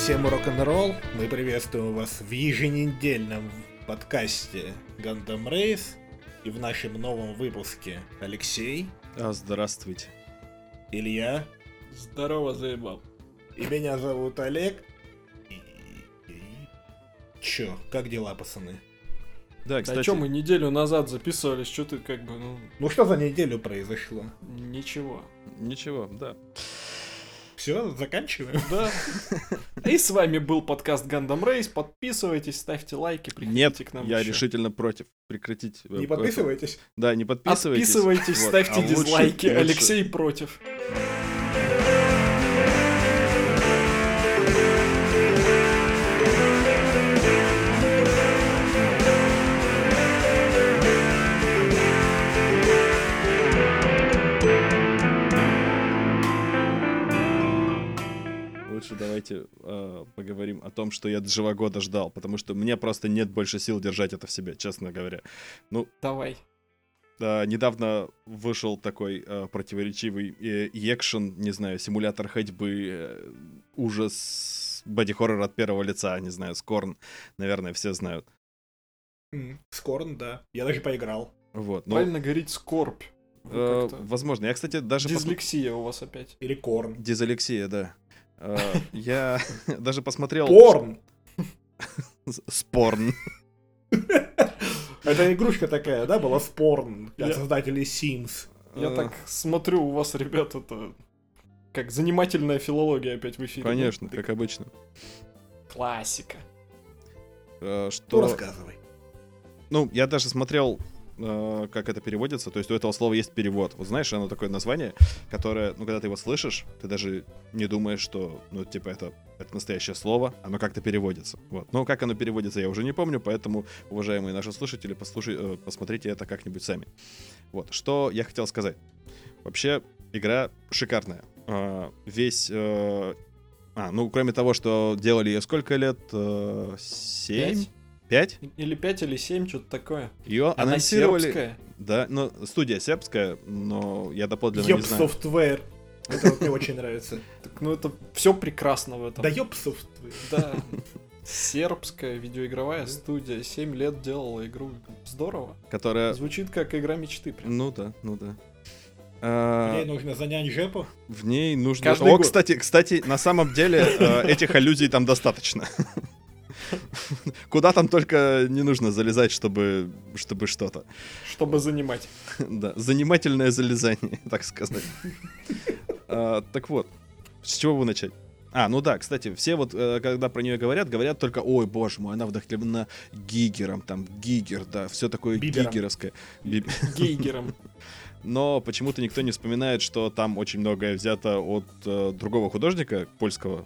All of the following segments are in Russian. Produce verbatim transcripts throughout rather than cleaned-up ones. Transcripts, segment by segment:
Всем рок-н-ролл. Мы приветствуем вас в еженедельном подкасте Gundam Race. И в нашем новом выпуске Алексей. А, здравствуйте. Илья. Здорово, заебал. И меня зовут Олег. И... и... Чё, как дела, пацаны? Да, кстати... А чё, мы неделю назад записывались, что ты как бы, ну... Ну что за неделю произошло? Ничего. Ничего, да. Все, заканчиваем? Да. И с вами был подкаст Gundam Race. Подписывайтесь, ставьте лайки, приходите Нет, к нам я еще. решительно против. Прекратить. Не подписывайтесь? Да, не подписывайтесь. Отписывайтесь, вот. Ставьте а дизлайки. Лучше, Алексей лучше. Против. Лучше давайте э, поговорим о том, что я два года ждал, потому что мне просто нет больше сил держать это в себе, честно говоря. Ну, давай. Э, недавно вышел такой э, противоречивый э, экшен, не знаю, симулятор ходьбы, э, ужас, боди-хоррор от первого лица, не знаю, Скорн, наверное, все знают. Mm, Скорн, да. Я даже поиграл. Вот, но... Правильно говорить скорбь. Э, возможно. Я, кстати, даже... Дислексия пос... у вас опять. Или корн. Дизалексия, да. Uh, я даже посмотрел... Порн! Спорн. Это игрушка такая, да, была Спорн, от я... создателей Sims. Я uh... так смотрю, у вас, ребят, это... Как занимательная филология опять в эфире. Конечно, да? Как обычно. Классика. Uh, что... Ну, рассказывай. Ну, я даже смотрел... как это переводится, то есть у этого слова есть перевод. Вот знаешь, оно такое название, которое, ну, когда ты его слышишь, ты даже не думаешь, что, ну, типа, это, это настоящее слово, оно как-то переводится. Вот. Но как оно переводится, я уже не помню, поэтому, уважаемые наши слушатели, послушай, посмотрите это как-нибудь сами. Вот. Что я хотел сказать. Вообще, игра шикарная. Весь... А, ну, кроме того, что делали ее сколько лет? Семь? Пять? Или пять, или семь, что-то такое. Ее Она анонсировали... сербская? Да, ну, студия сербская, но я доподлинно не знаю. Ёб Software. Это вот мне очень нравится. Так, ну это все прекрасно в этом. Да ёб Software. Да. Сербская видеоигровая студия. семь лет делала игру. Здорово. Которая... Звучит как игра мечты. Прям. Ну да, ну да. В ней нужно занять жепу. В ней нужно... Каждый О, год. кстати, кстати, на самом деле этих аллюзий там достаточно. Куда там только не нужно залезать, чтобы, чтобы что-то. Чтобы занимать. Да, занимательное залезание, так сказать. а, так вот, с чего бы начать? А, ну да, кстати, все вот, когда про нее говорят, говорят только, ой, боже мой, она вдохновлена Гигером, там, Гигер, да, все такое Бибером. гигеровское. Биб... Гейгером. Но почему-то никто не вспоминает, что там очень многое взято от э, другого художника, польского,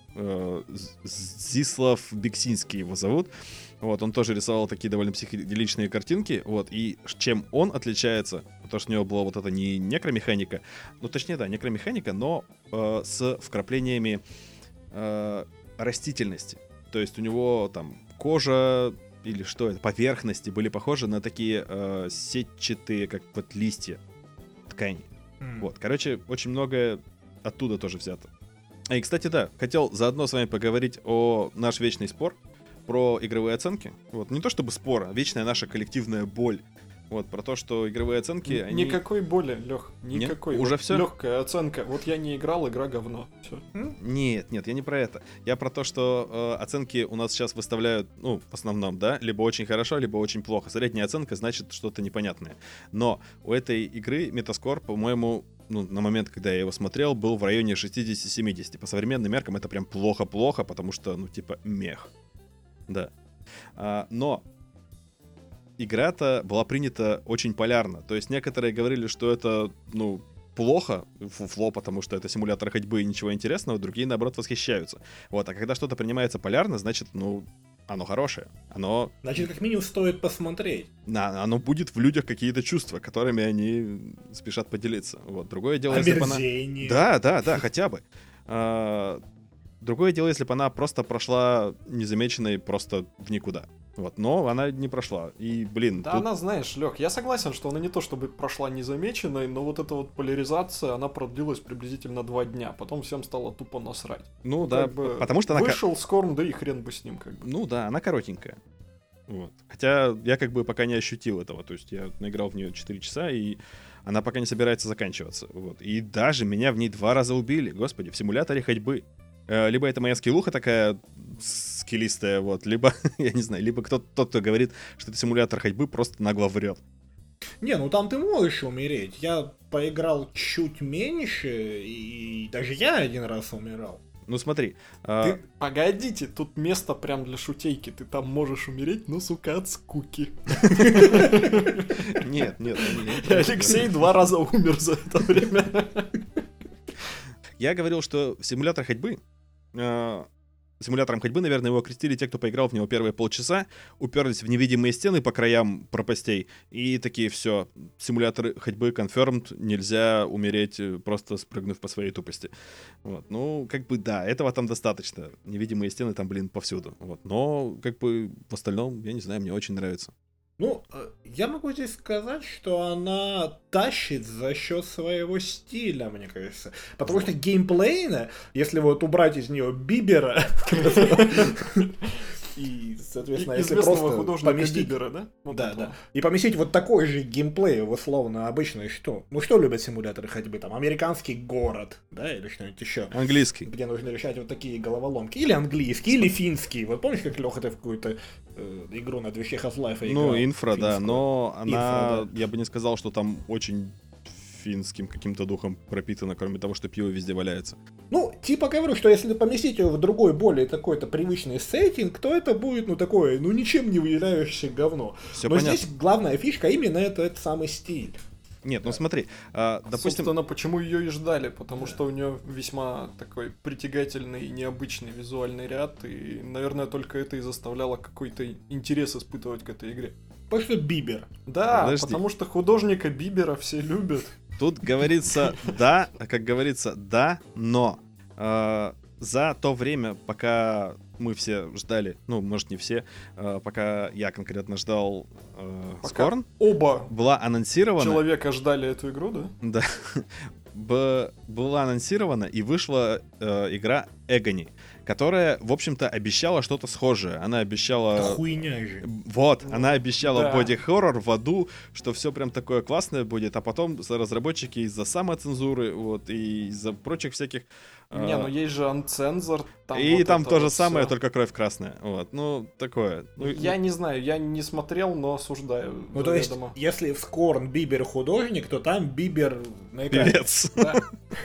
Зислав Бексинский его зовут. Вот, он тоже рисовал такие довольно психоделичные картинки. Вот, и чем он отличается, потому что у него была вот эта не некромеханика, ну точнее, да, некромеханика, но э, с вкраплениями э, растительности. То есть у него там кожа или что это, поверхности были похожи на такие э, сетчатые, как вот листья ткани. Mm. Вот, короче, очень многое оттуда тоже взято. И, кстати, да, хотел заодно с вами поговорить о наш вечный спор про игровые оценки. Вот, не то чтобы спор, а вечная наша коллективная боль. Вот, про то, что игровые оценки, Н- они... Никакой боли, Лёх, никакой. Нет? Уже вот все? Легкая оценка. Вот я не играл, игра говно. Все. Нет, нет, я не про это. Я про то, что э, оценки у нас сейчас выставляют, ну, в основном, да, либо очень хорошо, либо очень плохо. Средняя оценка значит что-то непонятное. Но у этой игры Metascore, по-моему, ну, на момент, когда я его смотрел, был в районе шестьдесят-семьдесят. По современным меркам это прям плохо-плохо, потому что, ну, типа, мех. Да. А, но игра-то была принята очень полярно. То есть некоторые говорили, что это, ну, плохо, фуфло, потому что это симулятор ходьбы и ничего интересного, другие, наоборот, восхищаются. Вот, а когда что-то принимается полярно, значит, ну, оно хорошее. Оно... Значит, как минимум стоит посмотреть. Да, оно будет в людях какие-то чувства, которыми они спешат поделиться. Вот, другое дело, если бы она... Да, да, да, хотя бы. А... Другое дело, если бы она просто прошла незамеченной просто в никуда. Вот, но она не прошла. И, блин, Да тут- она, знаешь, Лёг, я согласен, что она не то чтобы прошла незамеченной, но вот эта вот поляризация, она продлилась приблизительно два дня. Потом всем стало тупо насрать. ну да, Как бы потому что она... ко- Вышел Скорн, да и хрен бы с ним, как бы. Ну да, она коротенькая. Вот. Хотя я как бы пока не ощутил этого. То есть я наиграл в нее четыре часа, и она пока не собирается заканчиваться. Вот. И даже меня в ней два раза убили, господи, в симуляторе ходьбы. Э, Либо это моя скиллуха такая скиллистая, вот, либо, я не знаю, либо кто-то, тот, кто говорит, что это симулятор ходьбы, просто нагло врет. Не, ну там ты можешь умереть. Я поиграл чуть меньше, и даже я один раз умирал. Ну смотри, а, Ты- Погодите, тут место прям для шутейки. Ты там можешь умереть, ну, сука, от скуки. нет, нет, И Алексей два раза умер за это время. я говорил, что симулятор ходьбы, э, симулятором ходьбы, наверное, его окрестили те, кто поиграл в него первые полчаса, уперлись в невидимые стены по краям пропастей, и такие, все, симулятор ходьбы confirmed, нельзя умереть, э, просто спрыгнув по своей тупости. Вот. Ну, как бы, да, этого там достаточно. Невидимые стены там, блин, повсюду. Вот. Но, как бы, в остальном, я не знаю, мне очень нравится. Ну, э, я могу здесь сказать, что она тащит за счет своего стиля, мне кажется. Потому что геймплейно, если вот убрать из нее Бибера, и, соответственно, если Известного просто художника поместить... Бибера, да? Вот Да, этого. да. И поместить вот такой же геймплей в условно обычный что? Ну что любят симуляторы ходьбы? Там американский город, да, или что-нибудь еще. Английский. Где нужно решать вот такие головоломки. Или английский, или финский. Вот помнишь, как Леха ты в какую-то э, игру на движке Half-Life играл? Ну, инфра, да, Финскую. но она, Инфра, да. я бы не сказал, что там очень финским каким-то духом пропитано, кроме того, что пиво везде валяется. Ну, типа говорю, что если поместить его в другой, более такой-то привычный сеттинг, то это будет, ну, такое, ну, ничем не выделяющееся говно. Все Но понятно. здесь главная фишка именно это, это самый стиль. Нет, ну смотри, а, допустим... Собственно, почему ее и ждали, потому что у нее весьма такой притягательный и необычный визуальный ряд, и, наверное, только это и заставляло какой-то интерес испытывать к этой игре. Потому что Бибер. Да, Подожди. потому что художника Бибера все любят. Тут говорится да, как говорится, да, но э, за то время, пока мы все ждали, ну, может, не все, э, пока я конкретно ждал э, Пока Scorn, Оба была анонсирована... человека ждали эту игру, да? Да. Б- была анонсирована и вышла э, игра Agony, которая, в общем-то, обещала что-то схожее. Она обещала... Хуйня же. Вот, она обещала Да. боди-хоррор в аду, что все прям такое классное будет, а потом за- разработчики из-за самоцензуры, вот, и из-за прочих всяких... э, Не, ну есть же Uncensored. Там и вот там это то же вот самое, всё. только кровь красная. Вот, ну, такое. Ну, Я не знаю, я не смотрел, но осуждаю. Ну, то есть, заведомо. если в Скорн Бибер художник, то там Бибер на экране. певец. Да.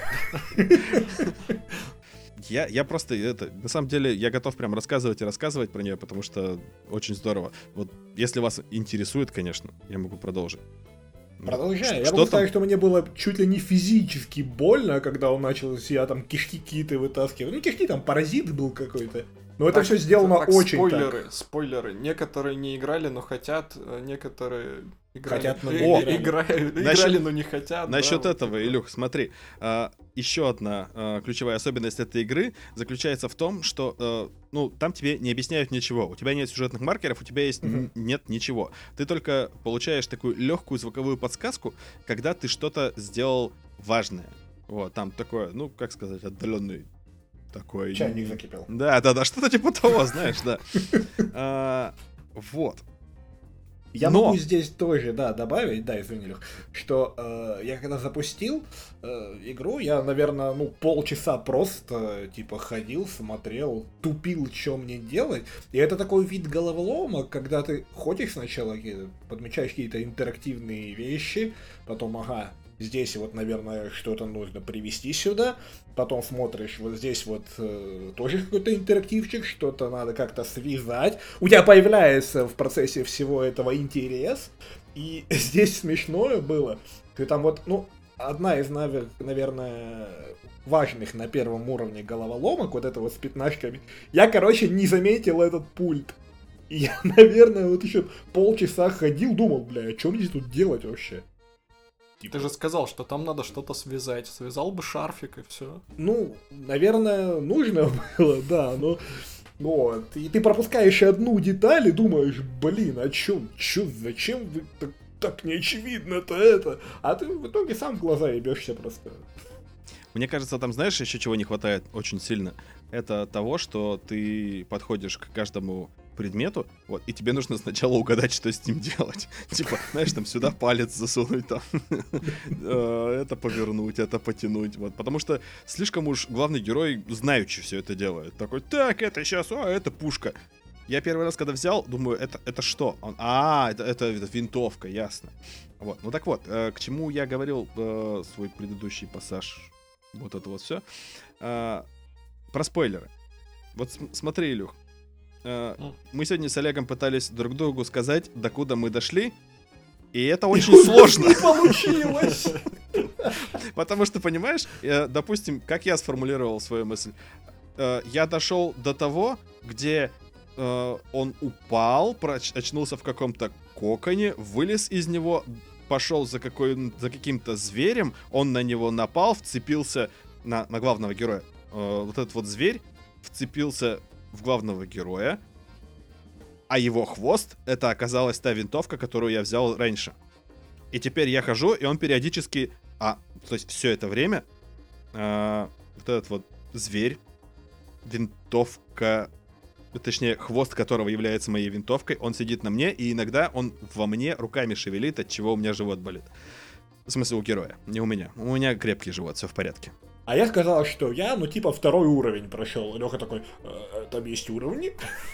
Я, я просто, это, на самом деле, я готов прям рассказывать и рассказывать про нее, потому что очень здорово. Вот, если вас интересует, конечно, я могу продолжить. Ну, Продолжай. ш- Я что могу там? сказать, что мне было чуть ли не физически больно, когда он начал из себя там кишки какие-то вытаскивать. Ну, кишки там, паразит был какой-то. Но это Так, все сделано так, очень спойлеры, так. спойлеры. Некоторые не играли, но хотят, э, некоторые играли, Хотят, но и- не и- играли. играли, Насчет- играли, но не хотят. Насчет да, вот этого, такое. Илюх, смотри, а, еще одна а, ключевая особенность этой игры заключается в том, что а, ну, там тебе не объясняют ничего. У тебя нет сюжетных маркеров, у тебя есть н- Мгм. нет ничего. Ты только получаешь такую легкую звуковую подсказку, когда ты что-то сделал важное. Вот, там такое, ну, как сказать, отдаленный такой... Чайник закипел. Да, да, да, что-то типа того, знаешь, да. А, Вот. Я Но- могу здесь тоже, да, добавить, да, извини, Лёх, что э, я когда запустил э, игру, я, наверное, ну, полчаса просто, типа, ходил, смотрел, тупил, что мне делать. И это такой вид головоломок, когда ты ходишь сначала, какие-то- подмечаешь какие-то интерактивные вещи, потом, ага, здесь вот, наверное, что-то нужно привести сюда, потом смотришь, вот здесь вот э, тоже какой-то интерактивчик, что-то надо как-то связать. У тебя появляется в процессе всего этого интерес, и здесь смешное было. Ты там вот, ну, одна из, навер- наверное, важных на первом уровне головоломок, вот это вот с пятнашками, я, короче, не заметил этот пульт. И я, наверное, вот еще полчаса ходил, думал, бля, а что мне здесь тут делать вообще? Ты же сказал, что там надо что-то связать. Связал бы шарфик и все. Ну, наверное, нужно было, да, но Вот, и ты пропускаешь одну деталь и думаешь, блин, а чё, чё, зачем вы так, так неочевидно-то это? А ты в итоге сам в глаза ебешься просто. Мне кажется, там, знаешь, еще чего не хватает очень сильно. Это того, что ты подходишь к каждому предмету, вот, и тебе нужно сначала угадать, что с ним делать. Типа, знаешь, там сюда палец засунуть, там это повернуть, это потянуть, вот. Потому что слишком уж главный герой знаючи все это делает. Такой, так, это сейчас, а, это пушка. Я первый раз, когда взял, думаю, это, это что? Он, а, это, это, это винтовка, ясно. Вот, ну так вот, э, к чему я говорил э, свой предыдущий пассаж, вот это вот все. Э, про спойлеры. Вот с- смотри, Илюх. Э, мы сегодня с Олегом пытались друг другу сказать, докуда мы дошли, и это очень сложно. Не получилось! Потому что, понимаешь, э, допустим, как я сформулировал свою мысль. Э, я дошел до того, где э, он упал, проч- очнулся в каком-то коконе, вылез из него, пошел за, какой- за каким-то зверем, он на него напал, вцепился на, на главного героя. Э, вот этот вот зверь вцепился в главного героя, а его хвост — это оказалась та винтовка, которую я взял раньше. И теперь я хожу, и он периодически... А, то есть все это время э, вот этот вот зверь, винтовка, точнее, хвост которого является моей винтовкой, он сидит на мне, и иногда он во мне руками шевелит, от чего у меня живот болит. В смысле, у героя, не у меня. У меня крепкий живот, все в порядке. А я сказал, что я, ну, типа, второй уровень прошел. Леха такой, «Э, там есть уровни?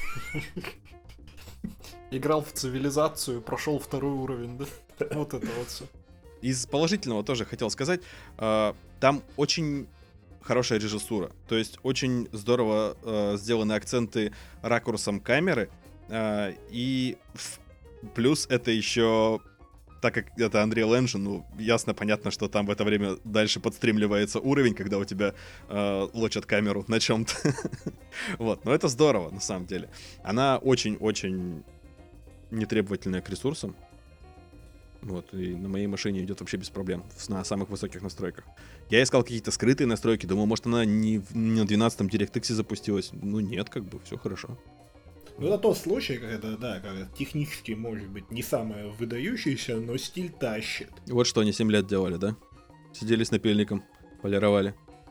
Играл в цивилизацию, прошел второй уровень, да? Вот это вот все. Из положительного тоже хотел сказать, э, там очень хорошая режиссура, то есть очень здорово э, сделаны акценты ракурсом камеры, э, и в плюс это еще, так как это Unreal Engine, ну, ясно, понятно, что там в это время дальше подстримливается уровень, когда у тебя э, лочат камеру на чем-то. Вот, но это здорово, на самом деле. Она очень-очень нетребовательная к ресурсам. Вот, и на моей машине идет вообще без проблем, на самых высоких настройках. Я искал какие-то скрытые настройки, думал, может, она не, в- не на двенадцатом DirectX запустилась. Ну нет, как бы, все хорошо. Ну, это тот случай, когда, да, когда технически, может быть, не самое выдающееся, но стиль тащит. Вот что они семь лет делали, да? Сидели с напильником, полировали.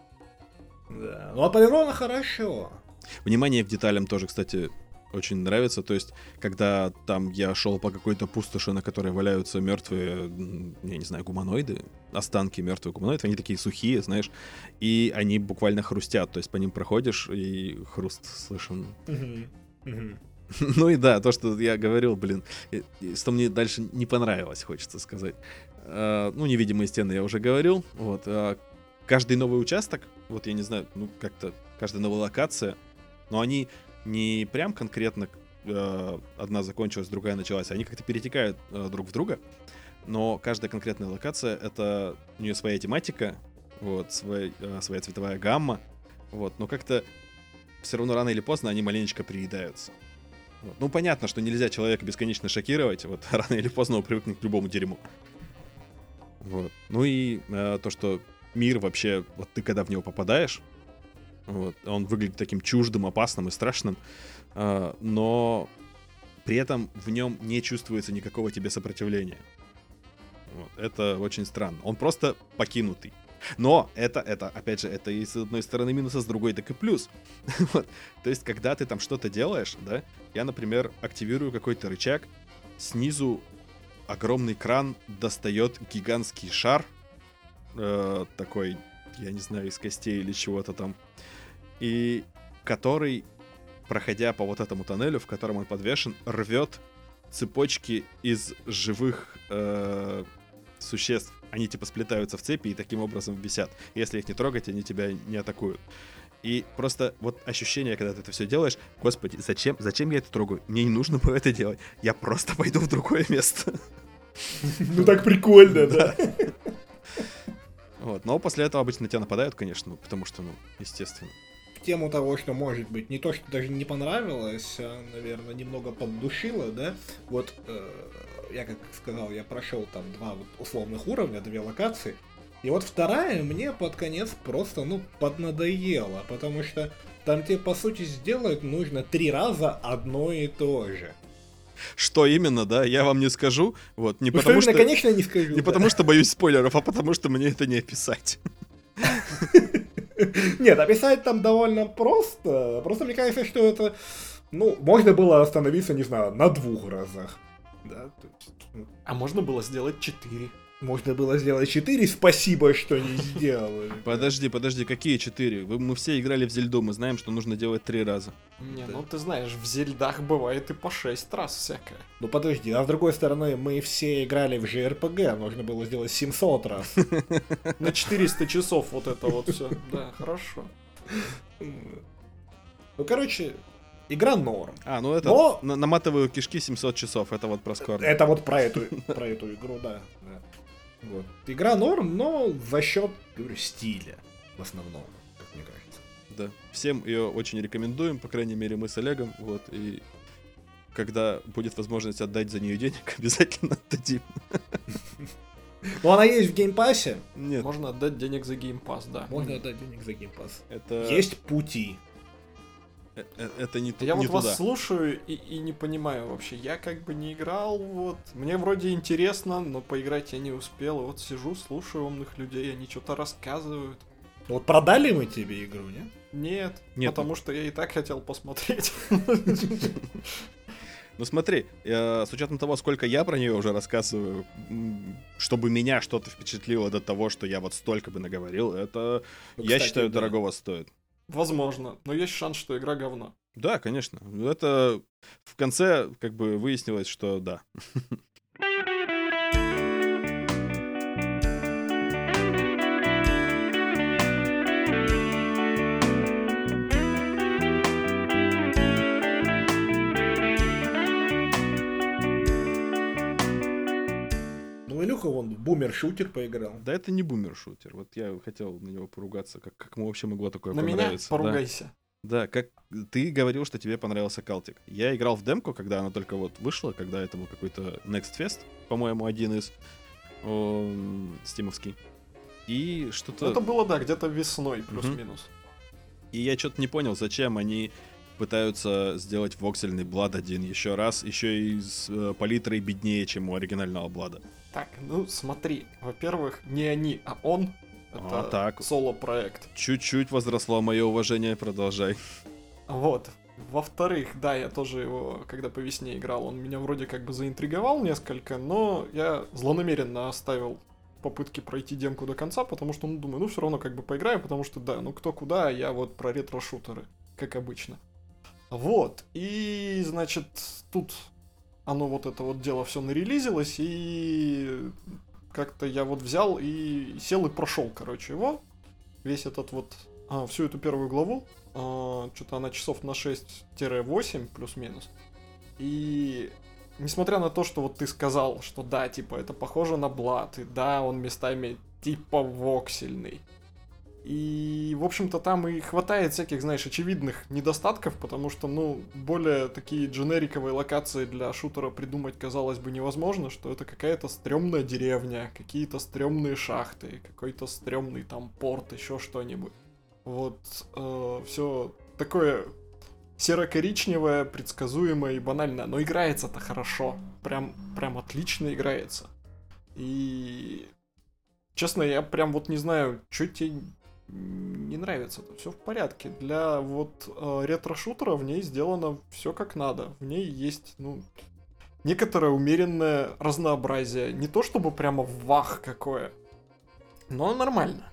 Да. Ну, а полировано хорошо. Внимание к деталям тоже, кстати, очень нравится. То есть, когда там я шел по какой-то пустоши, на которой валяются мертвые, м, я не знаю, гуманоиды, останки мертвых гуманоидов, они такие сухие, знаешь, и они буквально хрустят. То есть по ним проходишь, и хруст слышен. Мгм. Мгм. Ну и да, то, что я говорил, блин, и- и что мне дальше не понравилось, хочется сказать. А, ну, невидимые стены я уже говорил. Вот. а Каждый новый участок, вот я не знаю, ну как-то каждая новая локация, но они не прям конкретно э, одна закончилась, другая началась, они как-то перетекают э, друг в друга, но каждая конкретная локация — это у нее своя тематика, вот, свой, э, своя цветовая гамма, вот, но как-то все равно рано или поздно они маленечко приедаются. Вот. Ну, понятно, что нельзя человека бесконечно шокировать, вот, рано или поздно он привыкнет к любому дерьму. Вот. Ну и э, то, что мир вообще, вот ты когда в него попадаешь, вот, он выглядит таким чуждым, опасным и страшным, э, но при этом в нем не чувствуется никакого тебе сопротивления. Вот. Это очень странно. Он просто покинутый. Но это, это, опять же, это и с одной стороны минус, а с другой так и плюс. Вот. То есть, когда ты там что-то делаешь, да, я, например, активирую какой-то рычаг, снизу огромный кран достает гигантский шар, э, такой, я не знаю, из костей или чего-то там, и который, проходя по вот этому тоннелю, в котором он подвешен, рвет цепочки из живых э, существ. Они типа сплетаются в цепи и таким образом висят. Если их не трогать, они тебя не атакуют. И просто вот ощущение, когда ты это все делаешь, господи, зачем, зачем я это трогаю? Мне не нужно было это делать. Я просто пойду в другое место. Ну так прикольно, да. Вот. Но после этого обычно на тебя нападают, конечно, потому что, ну, естественно. Тему того, что, может быть, не то, что даже не понравилось, а, наверное, немного поддушило, да, вот, э, я как сказал, я прошел там два вот условных уровня, две локации, и вот вторая мне под конец просто, ну, поднадоела, потому что там тебе, по сути, сделать нужно три раза одно и то же. Что именно, да, я вам не скажу. Вот, не Ну, потому что что... именно, конечно, не скажу. Не да. потому что боюсь спойлеров, а потому что мне это не описать. Нет, описать там довольно просто. Просто мне кажется, что это... Ну, можно было остановиться, не знаю, на двух разах. Да, то есть, ну, А можно было сделать четыре. можно было сделать четыре, спасибо, что не сделали. Подожди, подожди, какие четыре? Вы- Мы все играли в Зельду, мы знаем, что нужно делать три раза. Не, Да. ну ты знаешь, в зельдах бывает и по шесть раз всякое. Ну подожди, а с другой стороны, мы все играли в джей ар пи джи, нужно было сделать семьсот раз. На четыреста часов вот это вот все. Да, хорошо. Ну, короче, игра норм. А, ну это, Но- на- наматываю кишки семьсот часов, это вот про скор. Это вот про эту, про эту игру, да. да. Вот. Игра норм, но за счет, говорю, стиля в основном, как мне кажется. Да. Всем ее очень рекомендуем, по крайней мере, мы с Олегом. Вот, и когда будет возможность отдать за нее денег, обязательно отдадим. Ну, она есть в геймпассе. Нет, Можно отдать денег за геймпас, да. Можно отдать денег за геймпасс. это... Есть пути. э- э- Это не, Я не вот туда. вас слушаю и, и не понимаю вообще. Я как бы не играл, вот. Мне вроде интересно, но поиграть я не успел. И вот сижу, слушаю умных людей, они что-то рассказывают. Вот продали мы тебе игру, нет? Нет, Нет, потому что я и так хотел посмотреть. Ну смотри, э, с учетом того, сколько я про нее уже рассказываю, м, чтобы меня что-то впечатлило до того, что я вот столько бы наговорил, это, Ну, я кстати, считаю, да. дорогого стоит. Возможно, но есть шанс, что игра говно. Да, конечно. Это в конце как бы выяснилось, что да. Ну, Илюха, вон, в бумер-шутер поиграл. Да это не бумер-шутер. Вот я хотел на него поругаться. Как, как ему вообще могло такое На меня понравиться? Да. поругайся. Да, как ты говорил, что тебе понравился Калтик. Я играл в демку, когда она только вот вышла, когда это был какой-то Next Fest, по-моему, один из о, стимовский. И что-то... Это было, да, где-то весной, плюс-минус. И я что-то не понял, зачем они пытаются сделать воксельный Блад один еще раз, еще и с э, палитрой беднее, чем у оригинального Блада. Так, ну смотри, во-первых, не они, а он. Это А, так. соло-проект. Чуть-чуть возросло мое уважение, продолжай. Вот. Во-вторых, да, я тоже его, когда по весне играл, он меня вроде как бы заинтриговал несколько, но я злонамеренно оставил попытки пройти демку до конца, потому что, ну, думаю, ну, все равно как бы поиграю, потому что, да, ну, кто куда, а я вот про ретро-шутеры, как обычно. Вот, и, значит, тут оно вот это вот дело все нарелизилось, и как-то я вот взял и сел и прошел, короче, его, весь этот вот, а, всю эту первую главу, а, что-то она часов на шесть-восемь плюс-минус, и несмотря на то, что вот ты сказал, что да, типа, это похоже на Блад, и да, он местами типа воксельный. И, в общем-то, там и хватает всяких, знаешь, очевидных недостатков, потому что, ну, более такие дженериковые локации для шутера придумать, казалось бы, невозможно, что это какая-то стрёмная деревня, какие-то стрёмные шахты, какой-то стрёмный там порт, еще что-нибудь. Вот, э, все такое серо-коричневое, предсказуемое и банальное, но играется-то хорошо, прям, прям отлично играется. И, честно, я прям вот не знаю, что тебе не нравится-то, все в порядке. Для вот э, ретро-шутера в ней сделано все как надо. В ней есть, ну, некоторое умеренное разнообразие. Не то чтобы прямо вах какое, но нормально.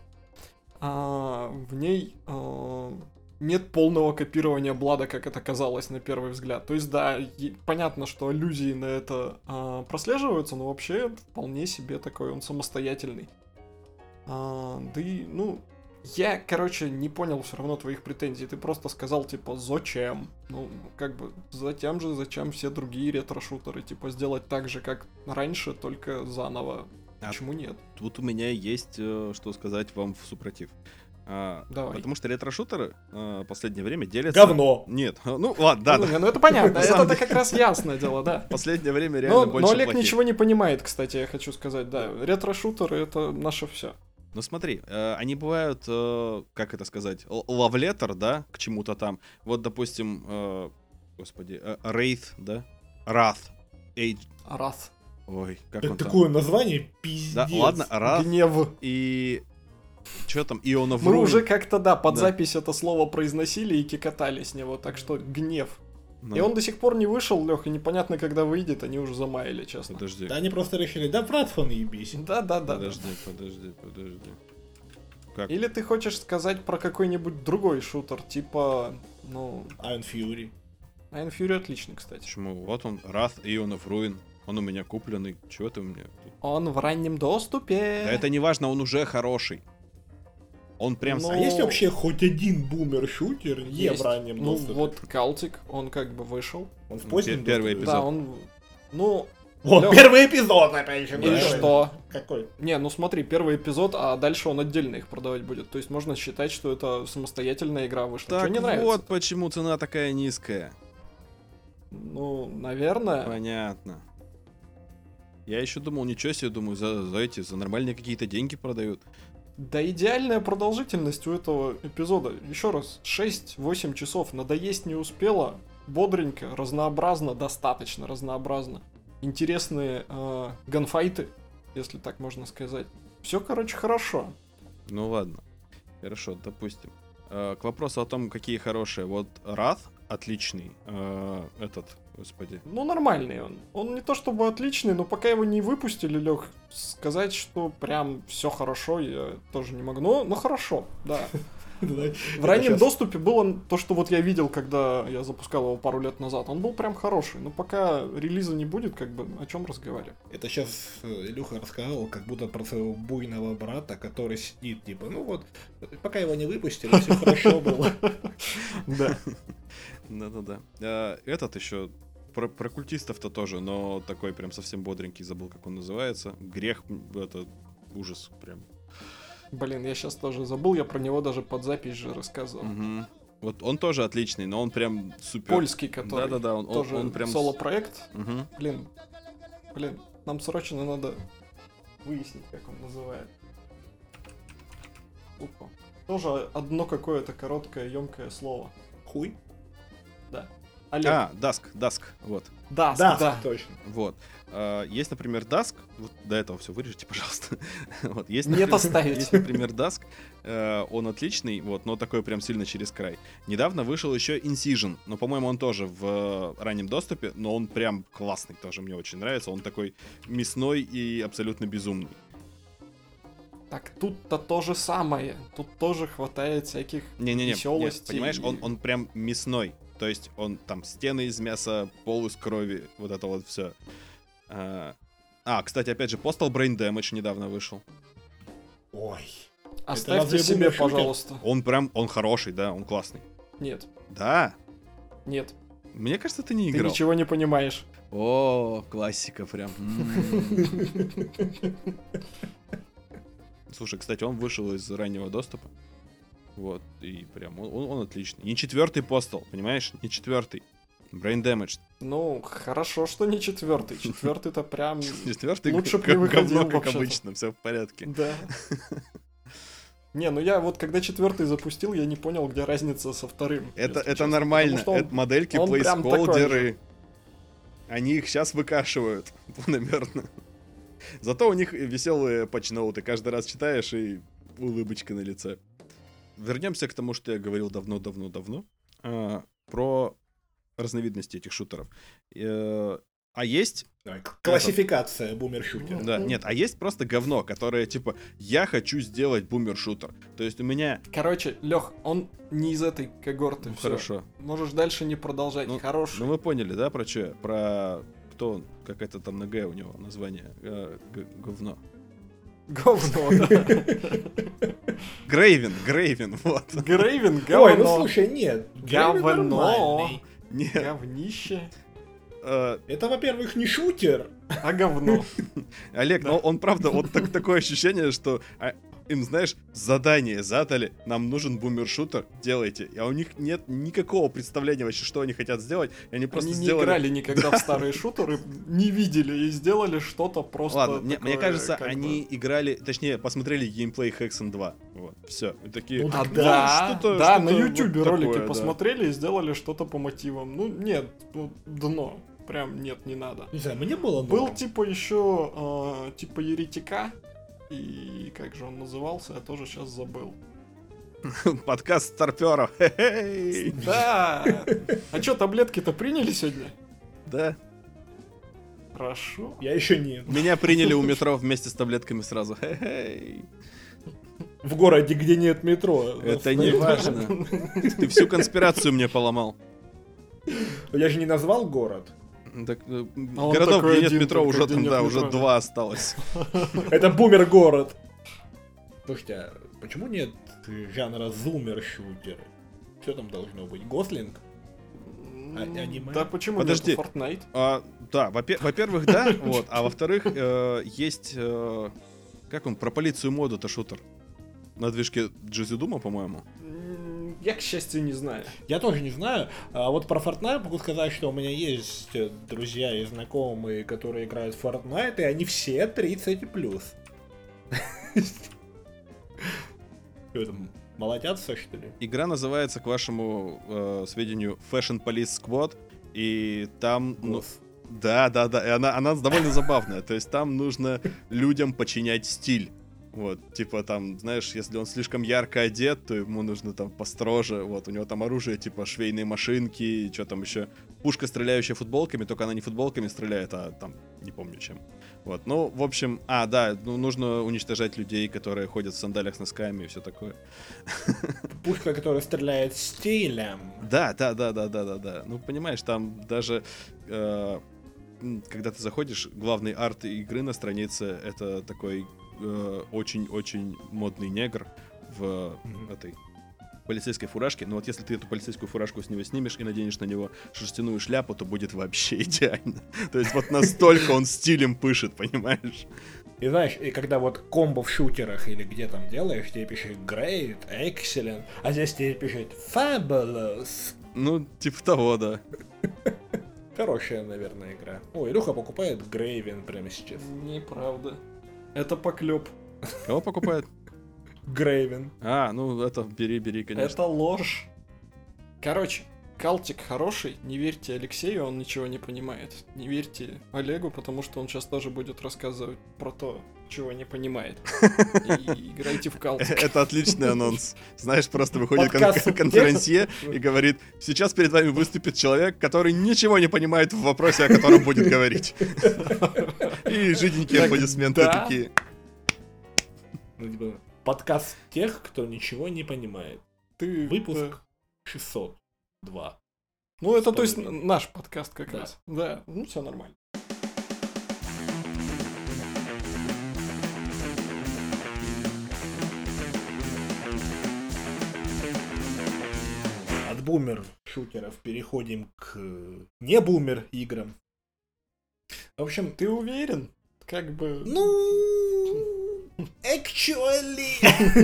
А, в ней э, нет полного копирования Блада, как это казалось на первый взгляд. То есть, да, е- понятно, что аллюзии на это э, прослеживаются, но вообще вполне себе такой он самостоятельный. А, да и, ну, я, короче, не понял все равно твоих претензий. Ты просто сказал, типа, зачем? Ну, как бы, затем же, зачем все другие ретро-шутеры? Типа, сделать так же, как раньше, только заново. А Почему нет? Тут у меня есть э, что сказать вам в супротив. А, Давай. Потому что ретро-шутеры э, в последнее время делятся... Говно. Нет, ну ладно, да. Ну, да. не, ну это понятно, На самом это как раз ясное дело, да. В последнее время реально Но, больше но Олег плохих. ничего не понимает, кстати, я хочу сказать, да. Ретро-шутеры — это наше все. Ну смотри, э, они бывают, э, как это сказать, лавлетер, да, к чему-то там. Вот, допустим, э, господи, э, Wraith, да? Wrath. Age. Раз. Ой, как Это он там? такое название, пиздец. Да, ладно, Wrath Гнев. и... Что там? Ion of Мы Ruin. уже как-то, да, под Да. запись это слово произносили и кикотали с него, так что гнев. Ну, И он до сих пор не вышел, Лех, и непонятно, когда выйдет, они уже замаяли, честно. Подожди, Да они просто решили, да, братфон ебись. Да-да-да. подожди, подожди, подожди. Как? Или ты хочешь сказать про какой-нибудь другой шутер, типа, ну... Iron Fury. Iron Fury отличный, кстати. Почему? Вот он, Wrath, Ion of Ruin. Он у меня купленный. Чего ты у меня тут? Он в раннем доступе. Да это не важно, он уже хороший. Он прям... Ну, А есть вообще хоть один бумер-шутер не Есть. в раннем Ну доступе? вот Калтик, он как бы вышел. Он в позднем Пер- первый доступе? эпизод. Да, он... Ну, Вот, Лёх. первый эпизод, опять же. и да. что? Какой? Не, ну смотри, первый эпизод, а дальше он отдельно их продавать будет. То есть можно считать, что это самостоятельная игра вышла. Так Чё не нравится? вот почему цена такая низкая. Ну, наверное. Понятно. Я еще думал, ничего себе, думаю, за, за эти, за нормальные какие-то деньги продают. Да идеальная продолжительность у этого эпизода. Еще раз, шесть-восемь часов. Надоесть не успела. Бодренько, разнообразно, достаточно разнообразно. Интересные э, ганфайты, если так можно сказать. Все, короче, хорошо. Ну ладно. Хорошо, допустим. Э, к вопросу о том, какие хорошие. Вот Wrath отличный. Э, этот, господи. Ну, нормальный он. Он не то чтобы отличный, но пока его не выпустили, Лех, сказать, что прям все хорошо, я тоже не могу. Но, но хорошо, да. В раннем доступе было то, что вот я видел, когда я запускал его пару лет назад. Он был прям хороший. Но пока релиза не будет, как бы о чем разговаривать. Это сейчас Илюха рассказал, как будто про своего буйного брата, который сидит, типа, ну вот, пока его не выпустили, все хорошо было. Да. Да-да-да. А, этот еще про, про культистов-то тоже, но такой прям совсем бодренький, забыл, как он называется. Грех, это ужас прям. Блин, я сейчас тоже забыл, я про него даже под запись же рассказывал. Мгм. Вот он тоже отличный, но он прям супер. Польский, который Да-да-да, он, он- тоже он прям... с- соло-проект. Мгм. Блин, блин, нам срочно надо выяснить, как он называет. Опа. Тоже одно какое-то короткое, емкое слово. Хуй? Да. Олег. А, Даск, Даск, вот. Даск, Да, да. точно. Вот. А, есть, например, Даск. Вот до этого все вырежите, пожалуйста. Вот. Есть, Нет, например, оставить. Есть, например, Даск. Э, он отличный, вот, но такой прям сильно через край. Недавно вышел еще Incision. Но, по-моему, он тоже в э, раннем доступе, но он прям классный тоже, мне очень нравится. Он такой мясной и абсолютно безумный. Так тут-то то же самое. Тут тоже хватает всяких Не-не-не, веселости. нет, понимаешь, и- он, он прям мясной. То есть он там стены из мяса, пол из крови, вот это вот все. А, а, кстати, опять же, Postal Brain Damage недавно вышел. Ой. Оставьте разве себе, бумер-шутер? пожалуйста. Он прям, он хороший, да, он классный. Нет, Да, нет. мне кажется, ты не Ты играл. ничего не понимаешь. О, классика прям. М. Слушай, кстати, он вышел из раннего доступа. Вот, и прям он, он- он отличный. Не четвертый Postal, понимаешь? Не четвертый. Brain Damage. Ну, хорошо, что не четвертый. Четвертый-то прям... Четвертый Лучше б г- не г- выходил говно, как вообще-то. обычно, все в порядке. Да. Не, ну я вот когда четвертый запустил, я не понял, где разница со вторым. Это, если это честно. нормально. Потому что он- Это модельки, он прям такой плейсхолдеры. Они их сейчас выкашивают планомерно. Зато у них веселые патчноуты. Каждый раз читаешь и улыбочка на лице. Вернемся к тому, что я говорил давно-давно-давно. а, про разновидности этих шутеров. Э, А есть... Давай, классификация бумер-шутера. Да, нет, а есть просто говно, которое типа я хочу сделать бумер-шутер. То есть у меня... Короче, Лех, он не из этой когорты. Ну, всё. хорошо. Можешь дальше не продолжать. Ну, Хороший. Ну вы поняли, да, про что? Про... Кто он? Как это там на Г у него название? Э, г- говно. Говно, да. Грейвен, Грейвен, вот. Грейвен, Ой, ну говно. слушай, нет. Грейвен Говно. нормальный. Не, Говнище. э, Это, во-первых, не шутер. А говно. Олег, Да. ну он правда, вот так- такое ощущение, что а, им, знаешь, задание задали, нам нужен бумер-шутер, делайте. А у них нет никакого представления вообще, что они хотят сделать, и они просто Они не сделали... играли никогда в старые шутеры, не видели и сделали что-то просто Ладно, мне, такое, мне кажется, как они бы... играли, точнее, посмотрели геймплей Hexen два. Вот, все. И такие, Ну, А, так да, что-то- да, что-то на ютубе вот ролики такое, да. посмотрели и сделали что-то по мотивам. Ну, нет, ну, дно. Прям нет, не надо. Не знаю, мне было Был норм. типа еще, э, типа Еретика, и как же он назывался, я тоже сейчас забыл. подкаст старперов. Хе-хей. Да! А что, таблетки-то приняли сегодня? Да. Хорошо. Я еще не. Меня приняли у метро вместе с таблетками сразу. Хе-хей. В городе, где нет метро. Это не важно. Ты всю конспирацию мне поломал. Я же не назвал город. Так, э, А он городов, такой где нет один метро, только, уже где там, нет да, метро. уже два осталось. Это бумер-город. Слушайте, а почему нет жанра зумер-шутер? Что там должно быть? Гослинг? А- аниме? Да почему Подожди. нет Fortnite? А, да, во-пе- во-первых, да, вот, а во-вторых, э, есть, э, как он, про полицию моду-то шутер. На движке Джизи Дума, по-моему. М, Я, к счастью, не знаю. Я тоже не знаю. А вот про Fortnite могу сказать, что у меня есть э, друзья и знакомые, которые играют в Fortnite, и они все тридцать плюс. Что там, молодятся, что ли? Игра называется, к вашему э, сведению, Fashion Police Squad, и там, ну, Гос. да, да, да, и она, она довольно забавная, то есть там нужно людям подчинять стиль. Вот, типа там, знаешь, если он слишком ярко одет, то ему нужно там построже. Вот, у него там оружие, типа швейные машинки, что там еще. Пушка, стреляющая футболками, только она не футболками стреляет, а там, не помню чем. Вот, ну, в общем, а, да, ну, нужно уничтожать людей, которые ходят в сандалиях с носками и все такое. Пушка, которая стреляет стилем. Да, да, да, да, да, да, да. Ну, понимаешь, там даже э, м, когда ты заходишь, главный арт игры на странице это такой э, очень-очень модный негр в Мгм. этой полицейской фуражке. Но вот если ты эту полицейскую фуражку с него снимешь и наденешь на него шерстяную шляпу, то будет вообще идеально. То есть вот настолько он стилем пышет, понимаешь? И знаешь, и когда вот комбо в шутерах или где там делаешь, тебе пишет great, excellent, а здесь тебе пишет fabulous. Ну, типа того, да. Хорошая, наверное, игра. О, Илюха покупает Грейвен прямо сейчас. Неправда. Это поклеп. Кого покупает? Грейвен. А, ну это бери, бери, конечно. Это ложь. Короче, Калтик хороший, не верьте Алексею, он ничего не понимает. Не верьте Олегу, потому что он сейчас тоже будет рассказывать про то, чего не понимает. И играйте в Калтик. Это отличный анонс. Знаешь, просто выходит кон- Подкаст конферансье и говорит: сейчас перед вами выступит человек, который ничего не понимает в вопросе, о котором будет говорить. И жиденькие Так, аплодисменты да. такие. Ну, типа, подкаст тех, кто ничего не понимает. Ты Выпуск да. шестьсот два. Ну, это то есть Сто времени. наш подкаст как Да. раз. Да, ну все нормально. От бумер-шутеров переходим к не бумер-играм. В общем, Ты уверен? Как бы... ну... Actually...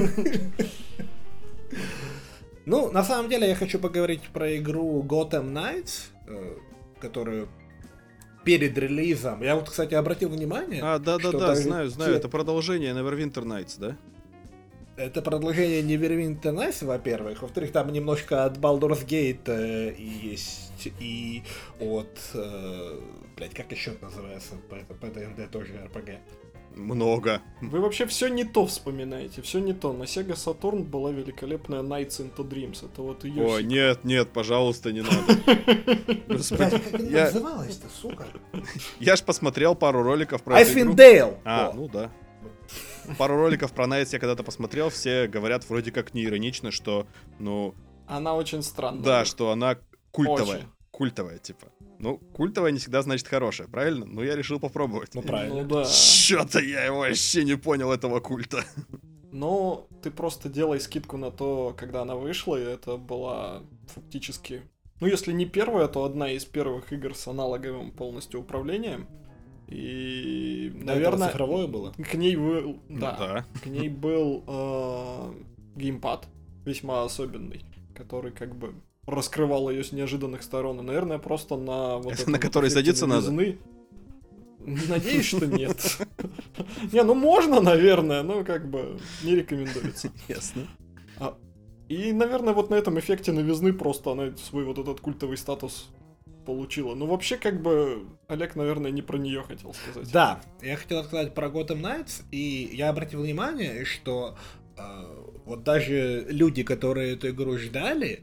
Ну, на самом деле, я хочу поговорить про игру Gotham Knights, э, которую перед релизом... Я вот, кстати, обратил внимание... А, что да-да-да, даже знаю, знаю. те- Это продолжение Neverwinter Nights, да? Это продолжение Neverwinter Nights, во-первых. Во-вторых, там немножко от Baldur's Gate э, и есть, и от... Э, блять, как еще это называется? пэ дэ энд дэ тоже эр пи джи. Много. Вы вообще все не то вспоминаете, все не то. На Sega Saturn была великолепная Nights into Dreams. Это вот ее. О, нет, нет, пожалуйста, не надо. Господи, Блядь, как она я, называлась-то, сука? я ж посмотрел пару роликов про эту игру. Icewind Dale! А, О. ну да. Пару роликов про Nights я когда-то посмотрел, все говорят вроде как не иронично, что, ну, Она очень странная. да, что она культовая. Очень. Культовая, типа. Ну, культовая не всегда значит хорошая, правильно? Ну, я решил попробовать. Ну, правильно. Ну да. Чё-то я его вообще не понял, этого культа. Но ты просто делай скидку на то, когда она вышла, и это была фактически... Ну, если не первая, то одна из первых игр с аналоговым полностью управлением. И, Да, наверное, это цифровое было. к ней был, да, Да. к ней был э, геймпад весьма особенный, который как бы раскрывал ее с неожиданных сторон. И, наверное, просто на вот Это этом на вот который эффекте садиться надо? новизны. Надеюсь, что нет. Не, ну можно, наверное, но как бы не рекомендуется. Ясно. И, наверное, вот на этом эффекте новизны просто она свой вот этот культовый статус получила. Ну, вообще, как бы, Олег, наверное, не про нее хотел сказать. Да, я хотел сказать про Gotham Knights, и я обратил внимание, что э, вот даже люди, которые эту игру ждали,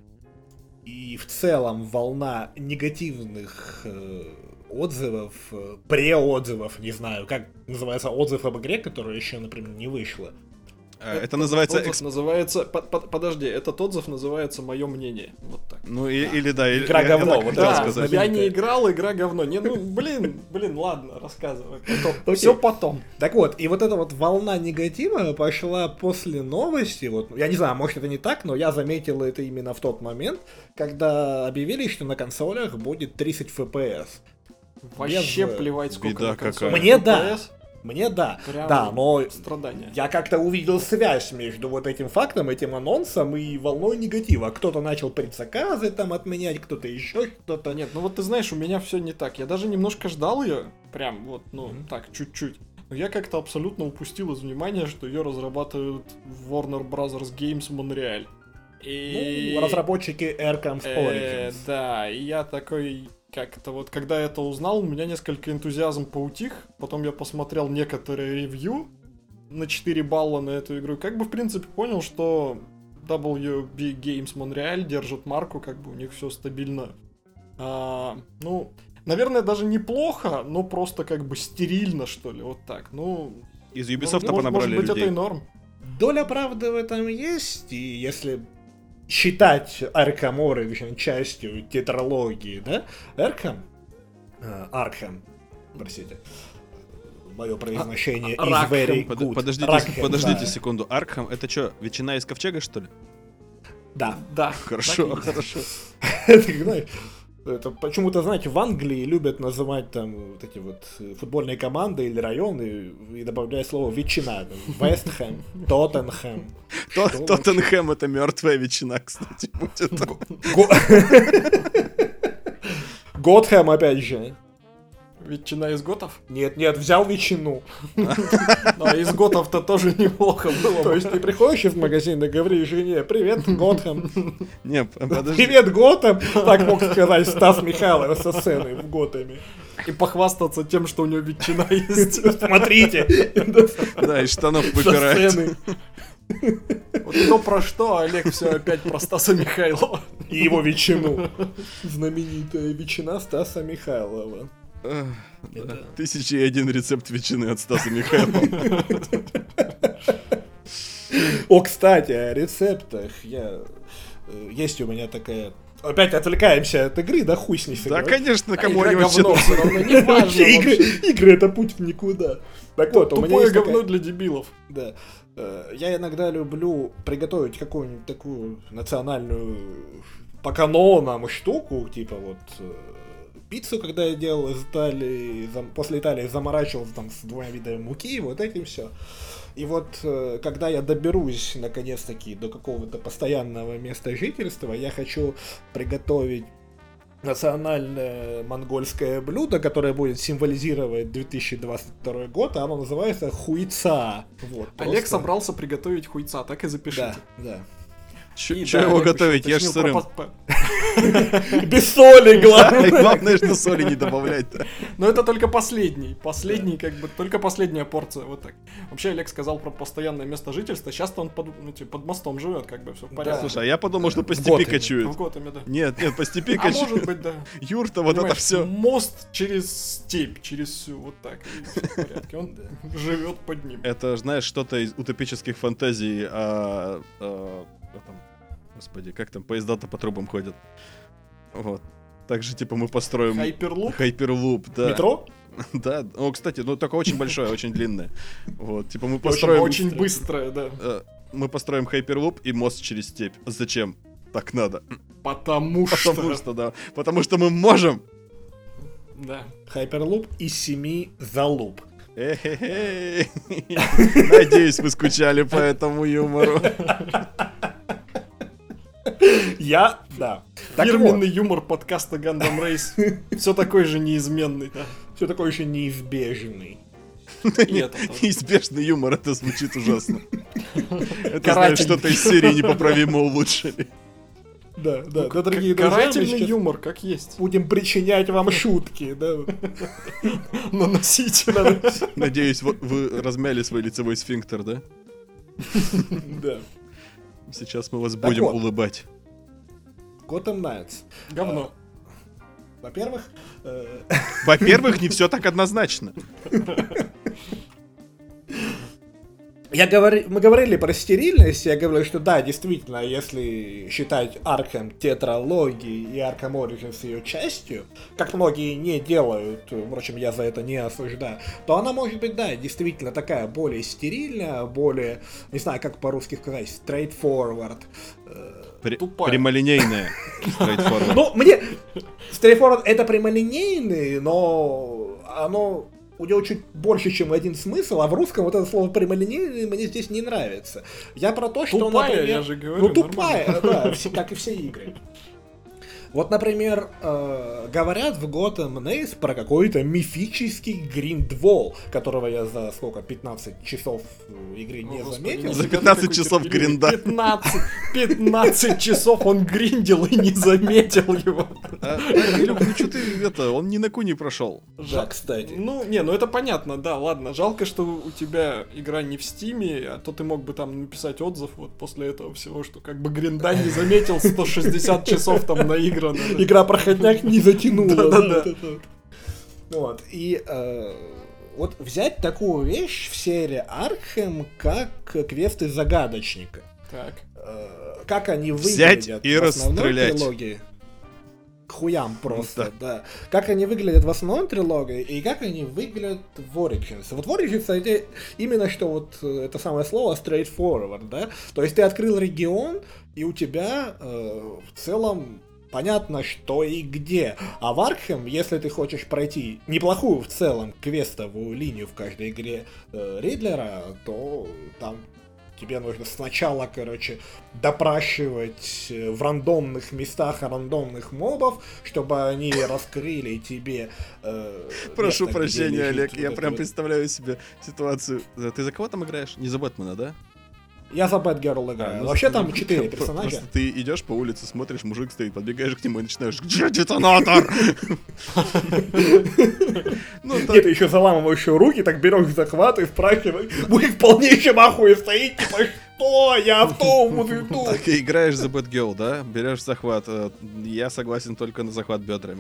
и в целом волна негативных э, отзывов, э, преотзывов, не знаю, как называется отзыв об игре, которая еще, например, не вышла. А, Это называется... Отзыв эксп- называется... под- под- Подожди, этот отзыв называется «Мое мнение». Вот так. Ну, и- или да, или... Игра я- говно, я вот хотел да, сказать. Я не играл, игра говно. Не, ну, блин, блин, ладно, рассказывай. Окей. Все потом. Так вот, и вот эта вот волна негатива пошла после новости, вот, я не знаю, может это не так, но я заметил это именно в тот момент, когда объявили, что на консолях будет тридцать эф пи эс. Вообще Без, э, плевать, сколько беда на консоли. какая. Мне эф пи да. эс. Мне да, Прям да, но страдания. я как-то увидел связь между вот этим фактом, этим анонсом и волной негатива. Кто-то начал предзаказы там отменять, кто-то еще что-то. Нет, ну вот ты знаешь, у меня все не так. Я даже немножко ждал ее, прям вот, ну, Мгм. так, чуть-чуть. Но я как-то абсолютно упустил из внимания, что ее разрабатывают Warner Brothers Games Montreal. И... Ну, разработчики Arkham Э, Origins. да, и я такой, как-то вот, когда я это узнал, у меня несколько энтузиазм поутих, потом я посмотрел некоторые ревью на четыре балла на эту игру, и как бы, в принципе, понял, что дабл ю би Games Montreal держит марку, как бы у них все стабильно. А, ну, наверное, даже неплохо, но просто как бы стерильно, что ли, вот так. Ну, Из может, Ubisoft может понабрали быть, это и людей. норм. Доля правды в этом есть, и если считать Arkham Origins частью тетралогии, да, Arkham, э, Arkham, простите, мое произношение А- is Rackham. very Под- good. подождите, Rackham, подождите да. секунду. Аркхам, это что, ветчина из ковчега, что ли? Да. Да. Хорошо, так и есть. хорошо. Ты знаешь, это почему-то, знаете, в Англии любят называть там вот эти вот футбольные команды или районы и добавляют слово ветчина. Вестхэм, Тоттенхэм. То- Что Тоттенхэм это мертвая ветчина, кстати, будет. Го- Готхэм, опять же. Ветчина из готов? Нет, нет, взял ветчину. Ну, а из готов-то тоже неплохо было. То бы. есть ты приходишь из магазина и говоришь жене: привет, Готхэм. Не, подожди. Привет, Готэм. Так мог сказать Стас Михайлов со сцены в Готэме. И похвастаться тем, что у него ветчина есть. Смотрите. Да, из штанов Со выпирает. сцены. Вот кто про что, а Олег все опять про Стаса Михайлова. И его ветчину. Знаменитая ветчина Стаса Михайлова. Эх, да. Это- Тысяча и один рецепт ветчины от Стаса Михайлова. О, кстати, о рецептах. Я... э, Есть у меня такая... Опять отвлекаемся от игры, да хуй с ней. Да, сыграть. конечно, кому Игра они вообще говно, нужны? все равно не важно Вообще, игры, вообще. игры это путь в никуда. Так вот, у меня Тупое есть говно такая- для дебилов. Да. Э, Я иногда люблю приготовить какую-нибудь такую национальную по канонам штуку, типа вот э, пиццу, когда я делал из Италии, зам- после Италии заморачивался там с двумя видами муки, вот этим все. И вот э, когда я доберусь наконец-таки до какого-то постоянного места жительства, я хочу приготовить национальное монгольское блюдо, которое будет символизировать две тысячи двадцать второй год, а оно называется хуйца. Вот, Олег просто- собрался приготовить хуйца, так и запишите. Да, да. Че И че да, его Олег готовить? еще Я ж уточнил сырым. про пос- Без соли, Да, и главное. главное, что соли не добавлять. да. Но это только последний. Последний, как бы, только последняя порция. Вот так. Вообще, Олег сказал про постоянное место жительства. Сейчас-то он под, ну, типа, под мостом живет, как бы, все в порядке. Слушай, а я подумал, что по В степи Готэме. кочует. В Готэме, да. Нет, нет, по степи А может кочует. быть, да. Юрта, вот это Понимаешь, все. Мост через степь, через всю, вот так. И всё в порядке. Он живет под ним. Это, знаешь, что-то из утопических фантазий о... о этом, господи, как там поезда-то по трубам ходят. Вот. Так же, типа, мы построим... Хайперлуп. Хайперлуп, да. Метро? Да, о, кстати, ну только очень большое, очень длинное. Вот, типа мы Очень, построим... очень быстрое, да. э, Мы построим хайперлуп и мост через степь. Зачем? Так надо. Потому что... Потому что, да. Потому что мы можем. Да. Hyperloop из семи залуп. Эй-хей-хей. Надеюсь, вы скучали по этому юмору. Я, да. Так Фирменный вот, юмор подкаста Gundam Race. Все такой же неизменный. Да. все такое еще неизбежный. И это тоже. Неизбежный юмор, это звучит ужасно. Это, знаешь, Карательный. что-то из серии непоправимо улучшили. Да, да, Ну, да, дорогие друзья, мы Карательный сейчас юмор, как есть. будем причинять вам шутки, да. Наносить. Надеюсь, вот вы размяли свой лицевой сфинктер, да? Да. Сейчас мы вас Так будем вот. улыбать. Gotham Knights. Говно. Во-первых, э, Во-первых, не все так однозначно. я говори, мы говорили про стерильность, я говорю, что да, действительно, если считать Arkham тетралогией и Arkham Origins ее частью, как многие не делают, впрочем, я за это не осуждаю, то она может быть, да, действительно такая более стерильная, более, не знаю, как по-русски сказать, straightforward. э, При- Тупая. Прямолинейная. Straightforward. Ну, мне straightforward это прямолинейный, но оно у него чуть больше, чем один смысл, а в русском вот это слово прямолинейный мне здесь не нравится. Я про то, что, Тупая, например... я же говорю, Ну, тупая, нормально. да, все- как и все игры. Вот, например, э, говорят в Gotham Knights про какой-то мифический гриндвол, которого я за сколько, пятнадцать часов э, игры не О, Господи, заметил. За нифига ты пятнадцать какой часов терпеливый. гринда. пятнадцать, пятнадцать часов он гриндил и не заметил его. А, Илюх, ну что ты это, он ни на ку не прошел. Да, кстати. Ну, не, ну это понятно, да, ладно. Жалко, что у тебя игра не в Стиме, а то ты мог бы там написать отзыв вот после этого всего, что как бы гринда не заметил, сто шестьдесят часов там наиграно. да. Игра проходняк не затянула. Да-да-да. вот это вот. Вот, и э, вот взять такую вещь в серии Arkham, как квесты загадочника. Так. Э, как они Взять выглядят и в основной расстрелять. трилогии. К хуям просто, Да. да. Как они выглядят в основной трилогии и как они выглядят в Origins. Вот в Origins это именно что вот э, это самое слово straightforward, да. То есть ты открыл регион, и у тебя э, в целом понятно, что и где. А в Arkham, если ты хочешь пройти неплохую в целом квестовую линию в каждой игре э, Ридлера, то там тебе нужно сначала, короче, допрашивать э, в рандомных местах рандомных мобов, чтобы они раскрыли тебе... э, Прошу место, где прощения, лежит Олег, вот я это прям вот. представляю себе ситуацию. Ты за кого там играешь? Не за Бэтмена, да? Я за Бэтгерл играю. А, ну, Вообще ну, там четыре про- персонажа. Просто ты идешь по улице, смотришь, мужик стоит, подбегаешь к нему и начинаешь: где детонатор? Ну, Нет, так, ты еще заламываешь руки, так берешь захват и спрашиваешь. Мужик в полнейшем ахуе стоит, типа, что? Я автобус иду. так и играешь за Бэтгелл, да? Берешь захват. Э, Я согласен только на захват бедрами.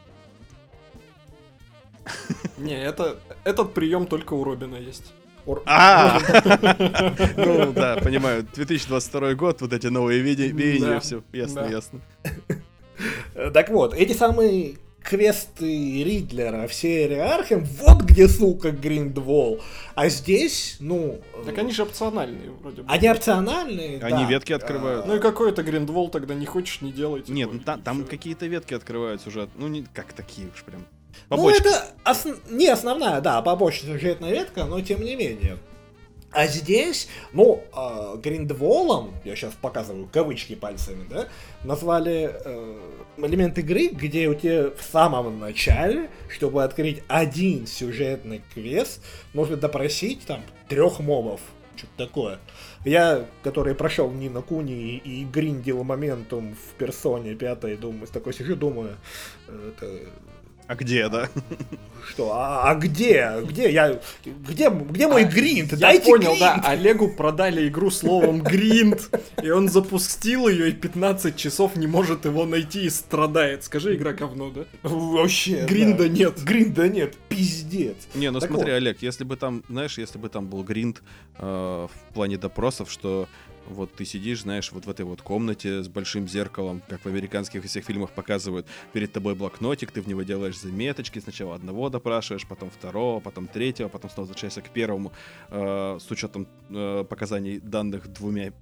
Не, это, этот прием только у Робина есть. А! Ну да, понимаю. две тысячи двадцать второй год, вот эти новые виде- веяния, Да, все ясно, да. ясно. Так вот, эти самые квесты Ридлера в серии Архем, вот где, сука, Гриндвол. А здесь, ну... Так э, они же опциональные вроде бы. они опциональные, Они да. ветки открывают. Ну и какой это гриндвол тогда не хочешь, не делай. типа, Нет, ну и та- там всё. какие-то ветки открывают сюжет. Ну, не как такие уж прям. Ну, Побочки. это ос- не основная, да, побочная сюжетная ветка, но тем не менее. А здесь, ну, э, Гриндволом, я сейчас показываю кавычки пальцами, да, назвали э, элемент игры, где у тебя в самом начале, чтобы открыть один сюжетный квест, нужно допросить там трех мобов. Что-то такое. Я, который прошел Нина Куни и, и гриндил моментум в персоне пятой, думаю, такой сижу, думаю, э, это... А где, да? Что? А, а где? Где я? Где, где мой А, гринд? Я Дайте понял, гринд! да, Олегу продали игру словом гринд, и он запустил ее и пятнадцать часов не может его найти и страдает. Скажи, игра говно, да? Вообще. Гринда да. нет. Гринда нет. Пиздец. Не, ну Так смотри, вот. Олег, если бы там, знаешь, если бы там был гринд э, в плане допросов, что вот ты сидишь, знаешь, вот в этой вот комнате с большим зеркалом, как в американских и всех фильмах показывают, перед тобой блокнотик, ты в него делаешь заметочки, сначала одного допрашиваешь, потом второго, потом третьего, потом снова возвращаешься к первому, э, с учетом э, показаний данных двумя, в-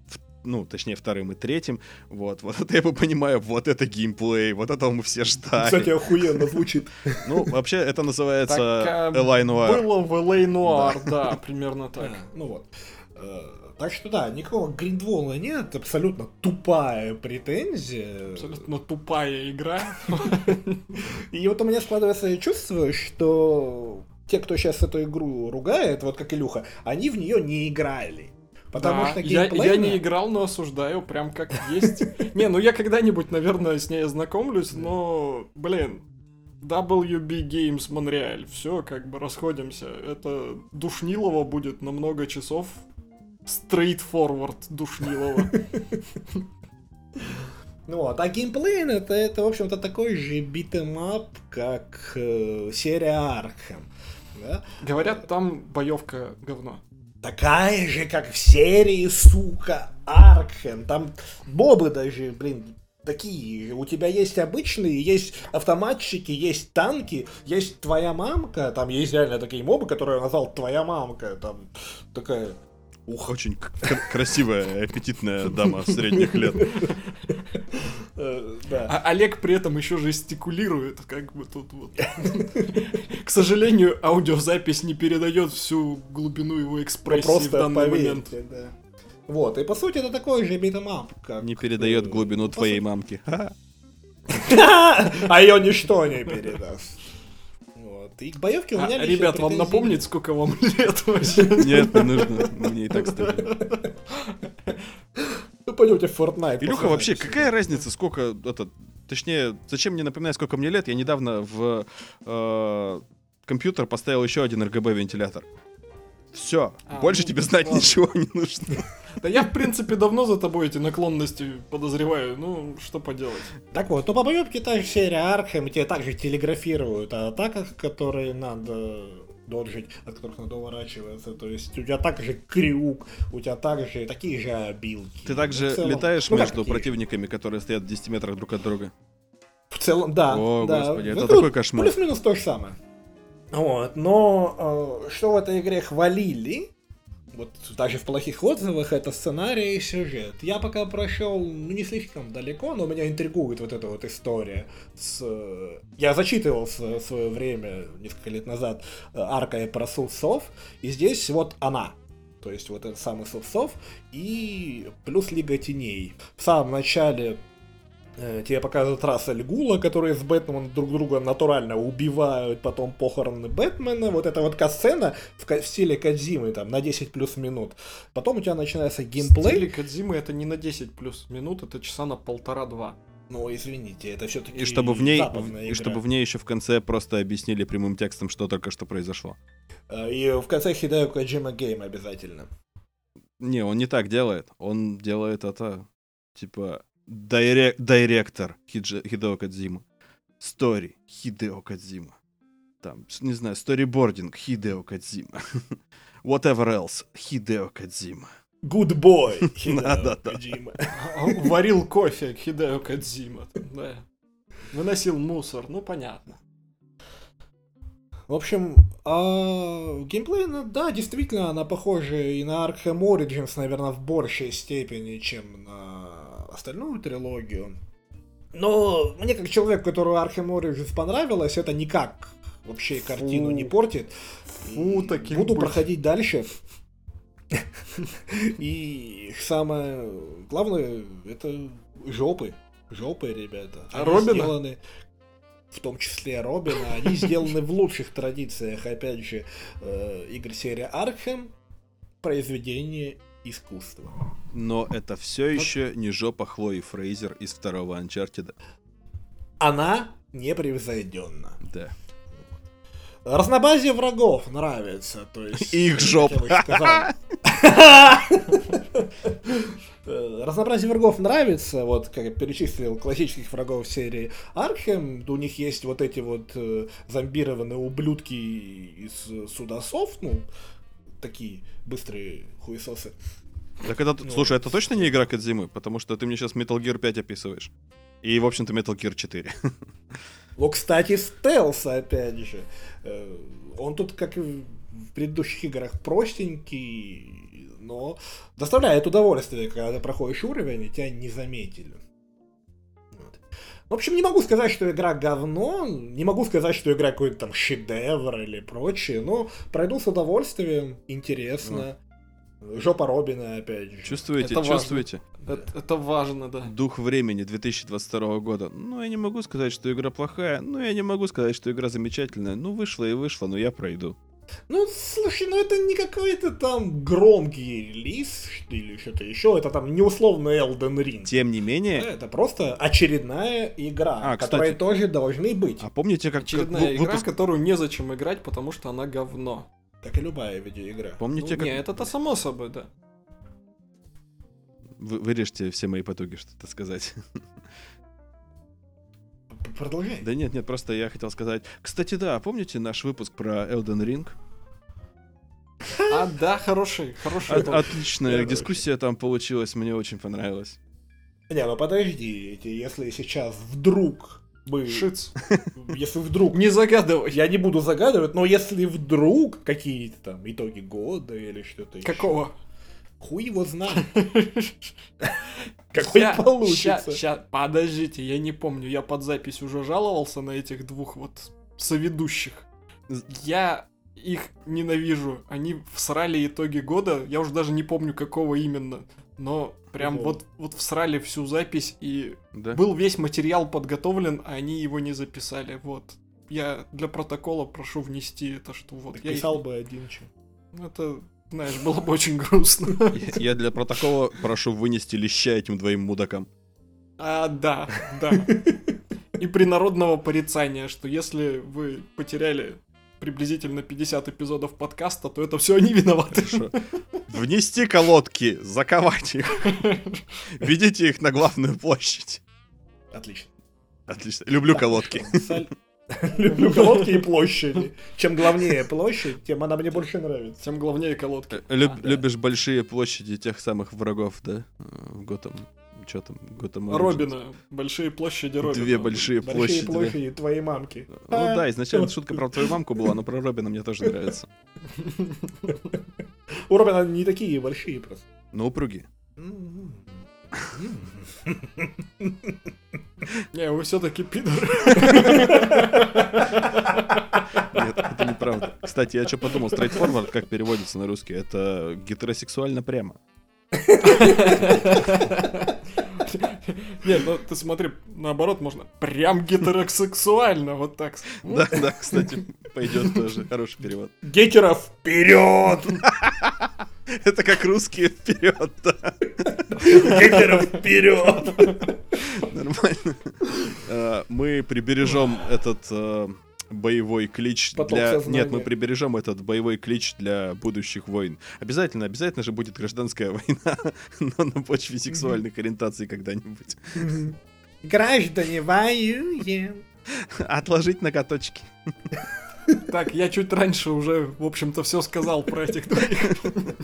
ну, точнее, вторым и третьим. Вот, вот это я бы понимаю, вот это геймплей, вот этого мы все ждали. Кстати, охуенно звучит. Ну, вообще, это называется Так, а, эл эй Noir. Было в эл эй Noir, да, примерно так. Ну вот. Так что да, никакого гриндвола нет, абсолютно тупая претензия. Абсолютно тупая игра. И вот у меня складывается чувство, что те, кто сейчас эту игру ругает, вот как Илюха, они в нее не играли. Потому Да, что я, геймплейно... я не играл, но осуждаю, прям как есть. Не, ну я когда-нибудь, наверное, с ней ознакомлюсь, но, блин, дабл ю би Games Montreal, все, как бы расходимся. Это душнилово будет на много часов. Straightforward душнилово. Ну вот, а геймплейн это, это, в общем-то, такой же битэмап, как э, серия Arkham. Да? Говорят, там боевка говно. Такая же, как в серии, сука, Arkham. Там мобы даже, блин, такие. У тебя есть обычные, есть автоматчики, есть танки, есть твоя мамка. Там есть реально такие мобы, которые я назвал твоя мамка. Там такая... Ух, очень к- к- красивая, аппетитная дама средних лет. А Олег при этом еще жестикулирует, как бы тут вот. К сожалению, аудиозапись не передает всю глубину его экспрессии в данный момент. Вот, и по сути это такой же битэмап, как... Не передает глубину твоей мамки. А ее ничто не передаст. И к боевке у меня... А, ребят, вам напомнить, сколько вам лет вообще? Нет, не нужно, мне и так стыдно. Ну пойдемте в Fortnite. Илюха, вообще, какая разница, сколько... это, Точнее, зачем мне напоминать, сколько мне лет? Я недавно в э, компьютер поставил еще один эр гэ бэ-вентилятор. Все, а, больше ну, тебе знать ладно. ничего не нужно. Да я, в принципе, давно за тобой эти наклонности подозреваю, ну, что поделать. Так вот, ну по боевке та же серия Arkham, тебе также телеграфируют о атаках, которые надо доджить, от которых надо уворачиваться, то есть у тебя также крюк, у тебя также такие же обилки. Ты также целом... летаешь ну, между какие? противниками, которые стоят в десяти метрах друг от друга. В целом, да. О, да. господи, это Ну, такой кошмар. Плюс-минус то же самое. Вот, но э, что в этой игре хвалили, вот даже в плохих отзывах, это сценарий и сюжет. Я пока прошел, ну, не слишком далеко, но меня интригует вот эта вот история. С, э, я зачитывался в свое время, несколько лет назад, э, аркой про Сов, и здесь вот она. То есть вот этот самый Сов и плюс Лига Теней. В самом начале тебе показывают Раса Аль Гула, которые с Бэтменом друг друга натурально убивают, потом похороны Бэтмена, вот эта вот катсцена в, в стиле Кодзимы, там, на десять плюс минут. Потом у тебя начинается геймплей. В стиле Кодзимы это не на десять плюс минут, это часа на полтора-два. Ну, извините, это все-таки И чтобы в ней, западная и игра. чтобы в ней еще в конце просто объяснили прямым текстом, что только что произошло. И в конце Хидео Коджима гейм обязательно. Не, он не так делает. Он делает это, типа, дирек- директор Хидж- Хидео Кодзима. Стори Хидео Кодзима. Там, не знаю, сторибординг Хидео Кодзима. Whatever else Хидео Кодзима. Good boy Хидео Да-да-да. Коджима. Варил кофе Хидео Кодзима. Да. Выносил мусор, ну понятно. В общем, а геймплей, ну, да, действительно, она похожа и на Arkham Origins, наверное, в большей степени, чем на остальную трилогию. Но мне, как человек, которому Arkham Origins понравилось, это никак вообще картину не портит. Фу, И таким буду быть. проходить дальше. И самое главное, это жопы. Жопы, ребята. Они Робина? сделаны... В том числе Робина, они сделаны в лучших традициях, опять же, э, игр серии Arkham, произведение искусства. Но это все еще не жопа Хлои Фрейзер из второго Uncharted. Она непревзойденна. Да. Разнообразие врагов нравится, то есть... Их жоп. как я уже сказал. Э, Разнообразие врагов нравится, вот как я перечислил классических врагов серии Arkham, у них есть вот эти вот э, зомбированные ублюдки из судосов, ну, такие быстрые хуесосы. Так это, Ну. слушай, это точно не игра Кодзимы? Потому что ты мне сейчас Metal Gear пять описываешь. И, в общем-то, Metal Gear четыре. Ну, кстати, стелс, опять же. Э, Он тут как и в предыдущих играх простенький, но доставляет удовольствие, когда ты проходишь уровень и тебя не заметили. Вот. В общем, не могу сказать, что игра говно, не могу сказать, что игра какой-то там шедевр или прочее, но пройду с удовольствием, интересно. Mm. Жопа Робина, опять же. Чувствуете, это чувствуете? Это, это важно, да. Дух времени две тысячи двадцать второго года. Ну, я не могу сказать, что игра плохая, ну, я не могу сказать, что игра замечательная. Ну, вышла и вышла, но я пройду. Ну, слушай, ну это не какой-то там громкий релиз или что-то еще, это там не условно Elden Ring. Тем не менее... Это просто очередная игра, а, которые кстати, тоже должны быть. А помните, как... Очередная как игра, выпуск... которую незачем играть, потому что она говно. Как и любая видеоигра. Помните, ну, как... Не, это-то само собой, да. Вы, вырежьте все мои потуги что-то сказать. Продолжай. Да нет, нет, просто я хотел сказать... Кстати, да, помните наш выпуск про Elden Ring? А, да, хороший, хороший. От, отличная дискуссия там получилась, мне очень понравилось. Не, ну подождите, если сейчас вдруг мы... Шиц. Если вдруг... Не загадывай. Я не буду загадывать, но если вдруг какие-то там итоги года или что-то еще... Какого? Хуй его знает. Какой получится. Сейчас, подождите, я не помню, я под запись уже жаловался на этих двух вот соведущих. Я их ненавижу. Они всрали итоги года, я уже даже не помню, какого именно. Но прям вот, вот всрали всю запись, и да? Был весь материал подготовлен, а они его не записали. Вот. Я для протокола прошу внести это, что вот... Так я писал их... бы один чем. Это... Знаешь, было бы очень грустно. Я для протокола прошу вынести леща этим двоим мудакам. А, да, да. И принародного порицания, что если вы потеряли приблизительно пятьдесят эпизодов подкаста, то это все они виноваты. Хорошо. Внести колодки, заковать их. Ведите их на главную площадь. Отлично. Отлично. Люблю так, колодки. Люблю колодки и площади. Чем главнее площадь, тем она мне больше нравится. Тем главнее колодки. Люб, а, любишь да. большие площади тех самых врагов, да? В Готэм. Что там? Готэм Робина. Большие площади Робина. Две большие, большие площади. Большие площади да. твоей мамки. Ну а, да, изначально шутка про твою мамку была, но про Робина мне тоже нравится. У Робина не такие большие просто. Но упругие. Не, вы все-таки пидор. Нет, это неправда. Кстати, я что подумал, straightforward, как переводится на русский, это гетеросексуально прямо. Нет, ну ты смотри, наоборот, можно прям гетеросексуально, вот так. Да, да, кстати, пойдет тоже, хороший перевод. Гетеров вперед! Это как русские вперед, да. Гетеров вперед! Нормально. Мы прибережем этот боевой клич Поток для... сознания. Нет, мы прибережем этот боевой клич для будущих войн. Обязательно, обязательно же будет гражданская война, но на почве сексуальных ориентаций когда-нибудь. Граждане воюем. Отложить ноготочки. Так, я чуть раньше уже, в общем-то, все сказал про этих двоих.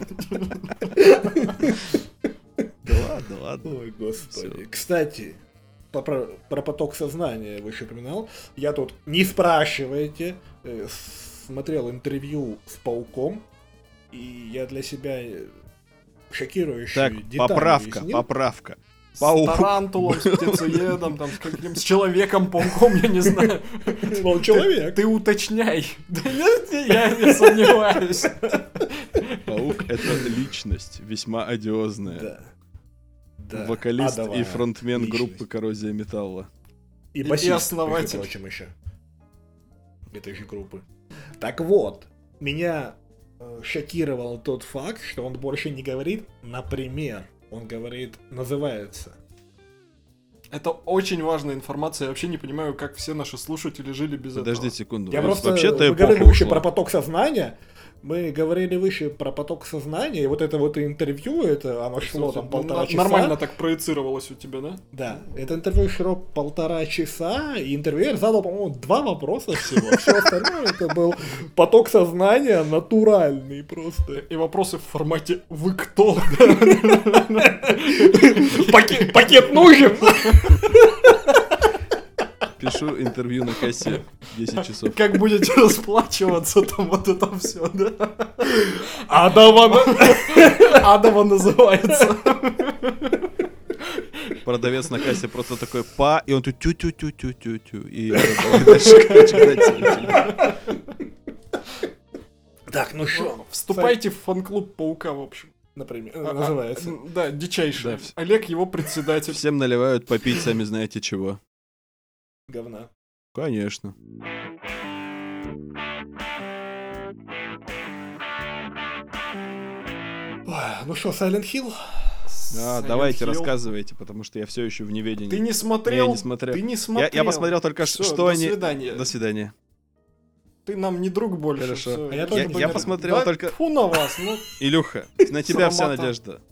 Да ладно, ладно. Ой, господи. Кстати, Про, про поток сознания выше упоминал. Я тут, не спрашивайте, э, смотрел интервью с Пауком, и я для себя шокирующую так, деталь поправка, объяснил. Поправка. Паук. С тарантулом, с птицеедом, там, с каким с человеком-пауком, я не знаю. Он человек. Ты, ты уточняй. Да нет, я не сомневаюсь. Паук — это личность, весьма одиозная. Да. Да. Вокалист Адовая и фронтмен личность. группы «Коррозия металла». И басист, и основатель. между прочим, еще. Этой же группы. Так вот, меня э, шокировал тот факт, что он больше не говорит «например». Он говорит «называется». Это очень важная информация. Я вообще не понимаю, как все наши слушатели жили без Подожди этого. секунду. Я просто... Вообще-то мы говорили эпоха выше ушла. про поток сознания. Мы говорили выше про поток сознания. И вот это вот интервью, это оно шло там полтора часа. Нормально так проецировалось у тебя, да? Да. Это интервью шло полтора часа. И интервьюер задал, по-моему, два вопроса всего. Все остальное это был поток сознания натуральный просто. И вопросы в формате «Вы кто?» Пакет нужен? Пишу интервью на кассе десять часов. Как будете расплачиваться, там вот это все, да? Адова! Адова называется. Продавец на кассе просто такой па, и он тут тю-тю-тю-тю-тю-тю. И дальше, короче, гнать. Так, ну что? Вступайте в фан-клуб Паука, в общем. Например, А, называется. а, Да, дичайший. Да. Олег его председатель. Всем наливают попить, сами знаете чего. Говна. Конечно. Ой, ну что, Silent Hill? А, Silent давайте, Hill. рассказывайте, потому что я все еще в неведении. Ты не смотрел? Я не смотрел. Ты не Я, смотрел. я посмотрел только, Всё, что до они... свидания. До свидания. Ты нам не друг больше. Хорошо. всё. А я Я, тоже я бы не- посмотрел Да только... тьфу на вас, ну. Илюха, на тебя вся Срамота. надежда.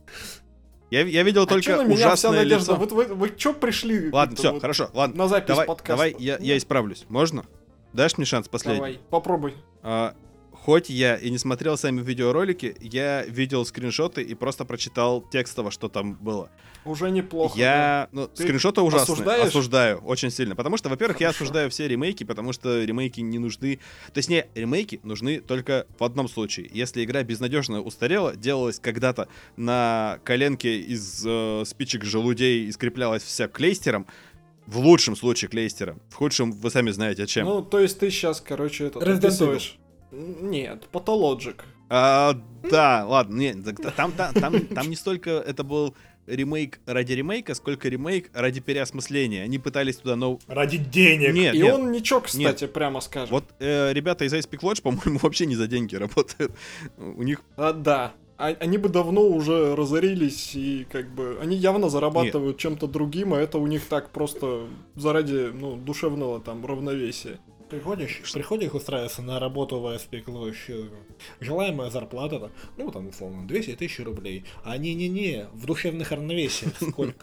Я, я видел А чё только на меня вся ужасное надежда? лицо. Вы, вы, вы чё пришли? Ладно, это все, вот хорошо, ладно. На запись Давай, подкаста. давай я, я исправлюсь. Можно? Дашь мне шанс последний? Давай, попробуй. А, хоть я и не смотрел сами видеоролики, я видел скриншоты и просто прочитал текстово, что там было. Уже неплохо. Я, ну, Ты скриншоты ужасные. осуждаешь? Осуждаю очень сильно. Потому что, во-первых, я Хорошо. осуждаю все ремейки, потому что ремейки не нужны. То есть, не, ремейки нужны только в одном случае. Если игра безнадежно устарела, делалась когда-то на коленке из э, спичек желудей и скреплялась вся клейстером, в лучшем случае клейстером, в худшем вы сами знаете чем. Ну, то есть ты сейчас, короче, это Resident описываешь. Нет, Pathologic. А, да, ладно, нет, так там, там, там, там не столько это был ремейк ради ремейка, сколько ремейк ради переосмысления. Они пытались туда, но... Ради денег. Нет, И нет. он ничего, кстати, прямо скажем. Вот э, ребята из Ice Peak Lodge, по-моему, вообще не за деньги работают. У них... А, да. А- они бы давно уже разорились, и как бы они явно зарабатывают чем-то другим, а это у них так просто заради, ну, душевного там равновесия. Приходишь, приходишь устраиваться на работу в Аспеклу, желаемая зарплата, ну там условно двести тысяч рублей, а не-не-не, в душевных равновесиях сколько?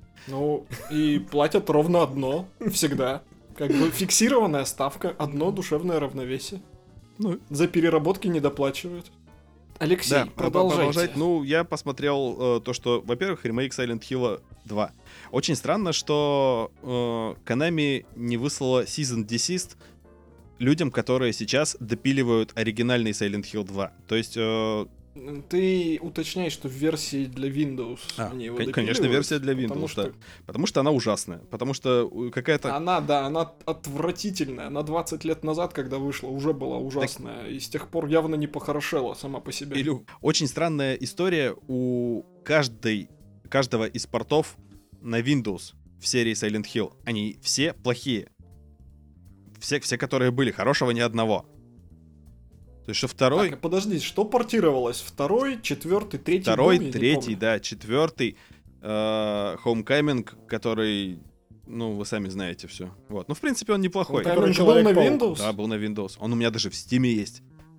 Ну, и платят ровно одно, всегда. Как бы фиксированная ставка, одно душевное равновесие. Ну, За переработки не доплачивают. Алексей, да, продолжайте. продолжать. Ну, я посмотрел э, то, что, во-первых, ремейк Silent Hill два. Очень странно, что э, Konami не выслала Season Desist людям, которые сейчас допиливают оригинальный Silent Hill два. То есть... Э, Ты уточняешь, что в версии для Windows а, они его кон- конечно, допиливают, версия для Windows, потому да. что Потому что она ужасная. Потому что э, какая-то... она, да, она отвратительная. Она двадцать лет назад, когда вышла, уже была ужасная. И с тех пор явно не похорошела сама по себе. Илю, очень странная история у каждой, каждого из портов на Windows в серии Silent Hill. Они все плохие. Все, все, которые были. Хорошего ни одного. То есть, что второй... Так, а подожди, что портировалось? Второй, четвертый, третий? Второй, дом? Я не третий, помню. да, четвертый. э, Homecoming, который... Ну, вы сами знаете все. Вот. Ну, в принципе, он неплохой. Homecoming Который был на Человек-паук. Windows? Да, был на Windows. Он у меня даже в Steam есть.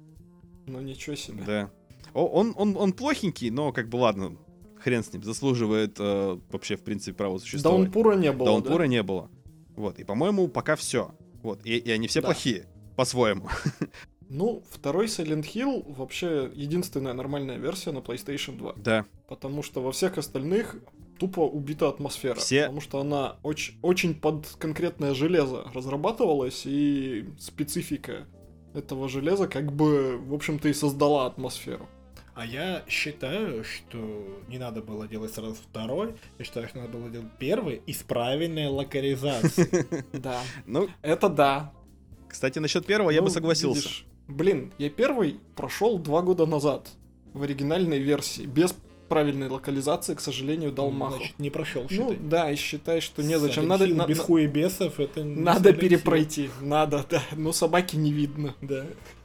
Ну ничего себе. Да. О, он, он, он плохенький, но как бы ладно. Хрен с ним. Заслуживает э, вообще, в принципе, право существовать. Даунпура не было, Даунпура да? не было. Вот. И, по-моему, пока все. Вот. И, и они все Да. плохие. По-своему. Ну, второй Silent Hill вообще единственная нормальная версия на PlayStation два. Да. Потому что во всех остальных тупо убита атмосфера. Все- Потому что она очень, очень под конкретное железо разрабатывалась, и специфика этого железа как бы, в общем-то, и создала атмосферу. А я считаю, что не надо было делать сразу второй, я считаю, что надо было делать первый и с правильной локализацией. Да. Ну, Это да. кстати, насчет первого я Ну, бы согласился. видишь, блин, я первый прошел два года назад в оригинальной версии, без правильной локализации, к сожалению, дал маху. Значит, не прошел, Ну, считай. да, и считай, что незачем. Silent Надо, Hill на- без на- хуебесов это не надо Silent Hill. перепройти. Надо, да. Но собаки не видно. Да.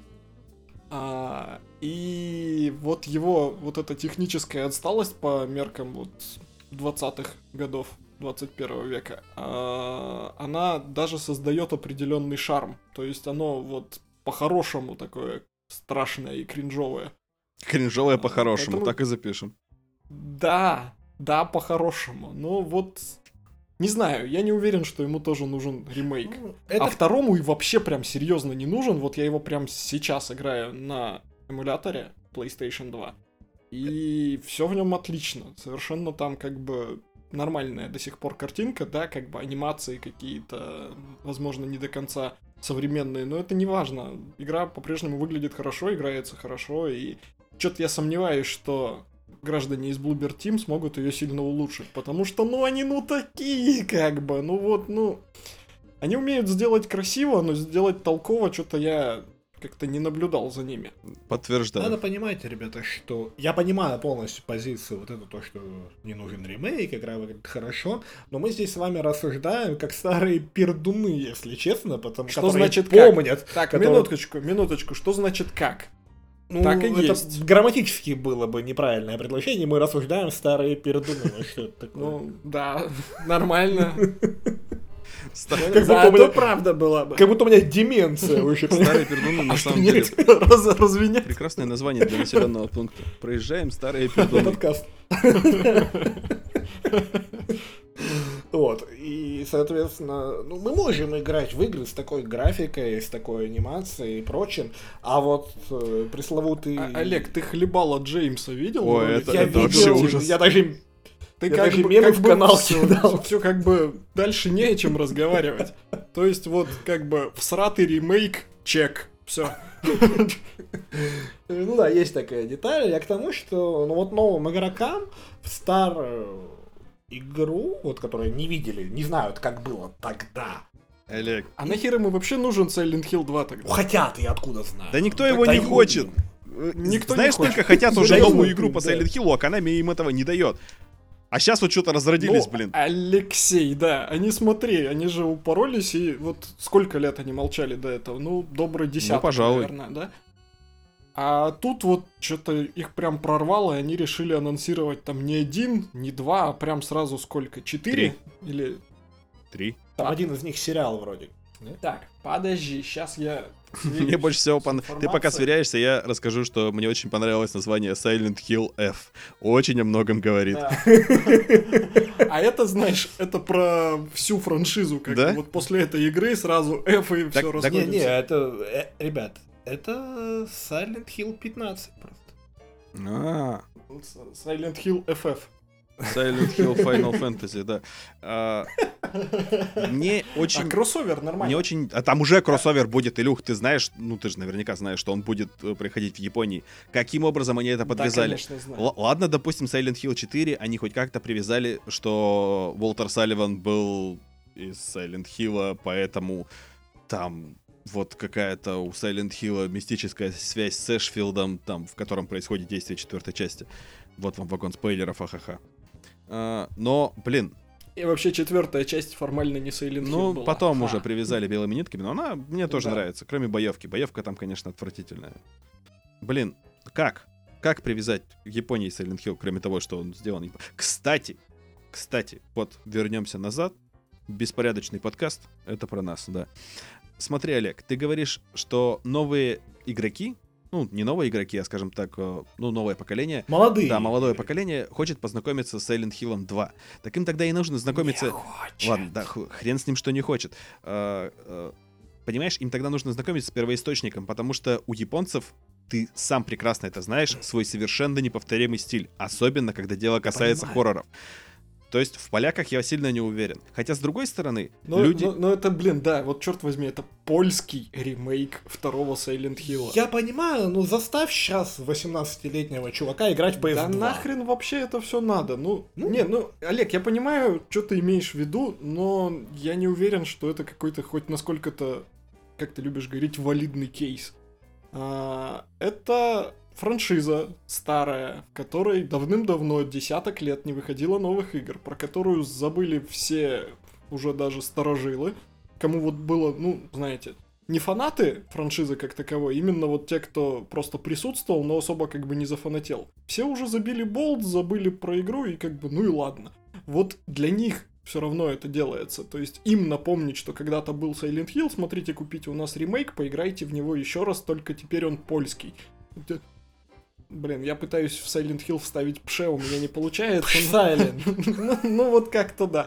А, и вот его, вот эта техническая отсталость по меркам вот двадцатых годов двадцать первого века, а, она даже создает определенный шарм. То есть оно вот по-хорошему такое страшное и кринжовое. Кринжовое по-хорошему, Поэтому- так и запишем. Да, да, по-хорошему. Но вот не знаю, я не уверен, что ему тоже нужен ремейк. Ну, А Это второму и вообще прям серьезно не нужен. Вот я его прям сейчас играю на эмуляторе PlayStation два. И все в нем отлично. Совершенно там как бы нормальная до сих пор картинка, да, как бы анимации какие-то, возможно, не до конца современные, но это не важно. Игра по-прежнему выглядит хорошо, играется хорошо, и что-то я сомневаюсь, что граждане из Bloober Team смогут ее сильно улучшить, потому что, ну, они, ну, такие, как бы, ну, вот, ну... Они умеют сделать красиво, но сделать толково что-то я как-то не наблюдал за ними. Подтверждаю. Надо понимать, ребята, что... Я понимаю полностью позицию, вот это то, что не нужен ремейк, игра выглядит хорошо, но мы здесь с вами рассуждаем как старые пердуны, если честно, потому что значит помнят. Как? Так, которые... минуточку, минуточку, что значит как? Ну, так и это есть. Грамматически было бы неправильное предложение, мы рассуждаем старые пердуны. Ну, что это такое? Ну, да, нормально. Как Зато будто у меня- правда была бы. Как будто у меня деменция уже. Старые пердуны, на самом деле, Нет, раз- разве нет? прекрасное название для населенного пункта. Проезжаем старые пердуны. Подкаст. Вот, и, соответственно, ну, мы можем играть в игры с такой графикой, с такой анимацией и прочим, а вот э, пресловутый... А, Олег, ты хлебала Джеймса видел? Ой, ролик? это- я это вообще видел, ужас. я даже... Ты я как даже бы, мемы как в бы канал всё, кидал. всё как бы дальше не о чем разговаривать. То есть вот как бы всратый ремейк, чек, все. Ну да, есть такая деталь. Я к тому, что ну вот новым игрокам в старую игру, вот которую не видели, не знают, как было тогда. Олег. А нахер ему вообще нужен Silent Hill два тогда? Хотят, я откуда знаю. Да никто Ну, его так не дают хочет. им. Никто не Знаешь, хочет. сколько хотят уже Дают новую им, игру по да. Silent Hill, а Konami им этого не дает. А сейчас вот что-то разродились, Ну, блин. Алексей, да, они смотри, они же упоролись, и вот сколько лет они молчали до этого? Ну, добрый десяток, пожалуй. наверное, да? А тут вот что-то их прям прорвало, и они решили анонсировать там не один, не два, а прям сразу сколько? Четыре? Или... Три. Там один из них сериал вроде. Так, подожди, сейчас я... Мне больше всего понравилось. Ты пока Информация. сверяешься, я расскажу, что мне очень понравилось название Silent Hill F. Очень о многом говорит. Да. А это, знаешь, это про всю франшизу, как Да? бы вот после этой игры сразу F и Так- все так- Не, расходится. не, это, э, ребят, это Silent Hill пятнадцать просто. А, Silent Hill эф эф. Silent Hill Final Fantasy, да. А, Мне А очень... кроссовер нормально. Мне очень... А там уже кроссовер будет, Илюх, ты знаешь, ну ты же наверняка знаешь, что он будет э, проходить в Японии. Каким образом они это Да, подвязали? конечно, знаю. Л- ладно, допустим, Silent Hill четыре, они хоть как-то привязали, что Уолтер Салливан был из Silent Hill, поэтому там вот какая-то у Silent Hill мистическая связь с Эшфилдом, там, в котором происходит действие четвертой части. Вот вам вагон спойлеров, ахаха. А, но, блин, И вообще четвертая часть формально не Silent Hill ну, была. потом А. уже привязали белыми нитками, но она мне тоже Да. нравится, кроме боевки. Боевка там, конечно, отвратительная. Блин, как? Как привязать к Японии Silent Hill, кроме того, что он сделан? не- Кстати, кстати, вот вернемся назад. Беспорядочный подкаст, это про нас, да. Смотри, Олег, ты говоришь, что новые игроки, ну, не новые игроки, а, скажем так, э, ну, новое поколение, Молодые. да, молодое поколение хочет познакомиться с Silent Hill два. Так им тогда и нужно знакомиться... Не хочет. Ладно, да, ху- хрен с ним, что не хочет. А, а, понимаешь, им тогда нужно знакомиться с первоисточником, потому что у японцев, ты сам прекрасно это знаешь, свой совершенно неповторимый стиль, особенно когда дело касается понимаю. хорроров. То есть в поляках я сильно не уверен. Хотя, с другой стороны, Но, люди... но- но это, блин, да, вот черт возьми, это польский ремейк второго Silent Hill. Я понимаю, ну заставь сейчас восемнадцатилетнего чувака играть в пи эс два. Да нахрен вообще это все надо? Ну, Ну. не, ну, Олег, я понимаю, что ты имеешь в виду, но я не уверен, что это какой-то хоть насколько-то, как ты любишь говорить, валидный кейс. А, это франшиза старая, в которой давным-давно, десяток лет не выходило новых игр, про которую забыли все уже даже старожилы, кому вот было, ну, знаете, не фанаты франшизы как таковой, именно вот те, кто просто присутствовал, но особо как бы не зафанател. Все уже забили болт, забыли про игру и как бы, ну и ладно. Вот для них все равно это делается. То есть им напомнить, что когда-то был Silent Hill, смотрите, купите у нас ремейк, поиграйте в него еще раз, только теперь он польский. Это- Блин, я пытаюсь в Silent Hill вставить пше, у меня не получается. Silent. Ну, ну вот как-то да.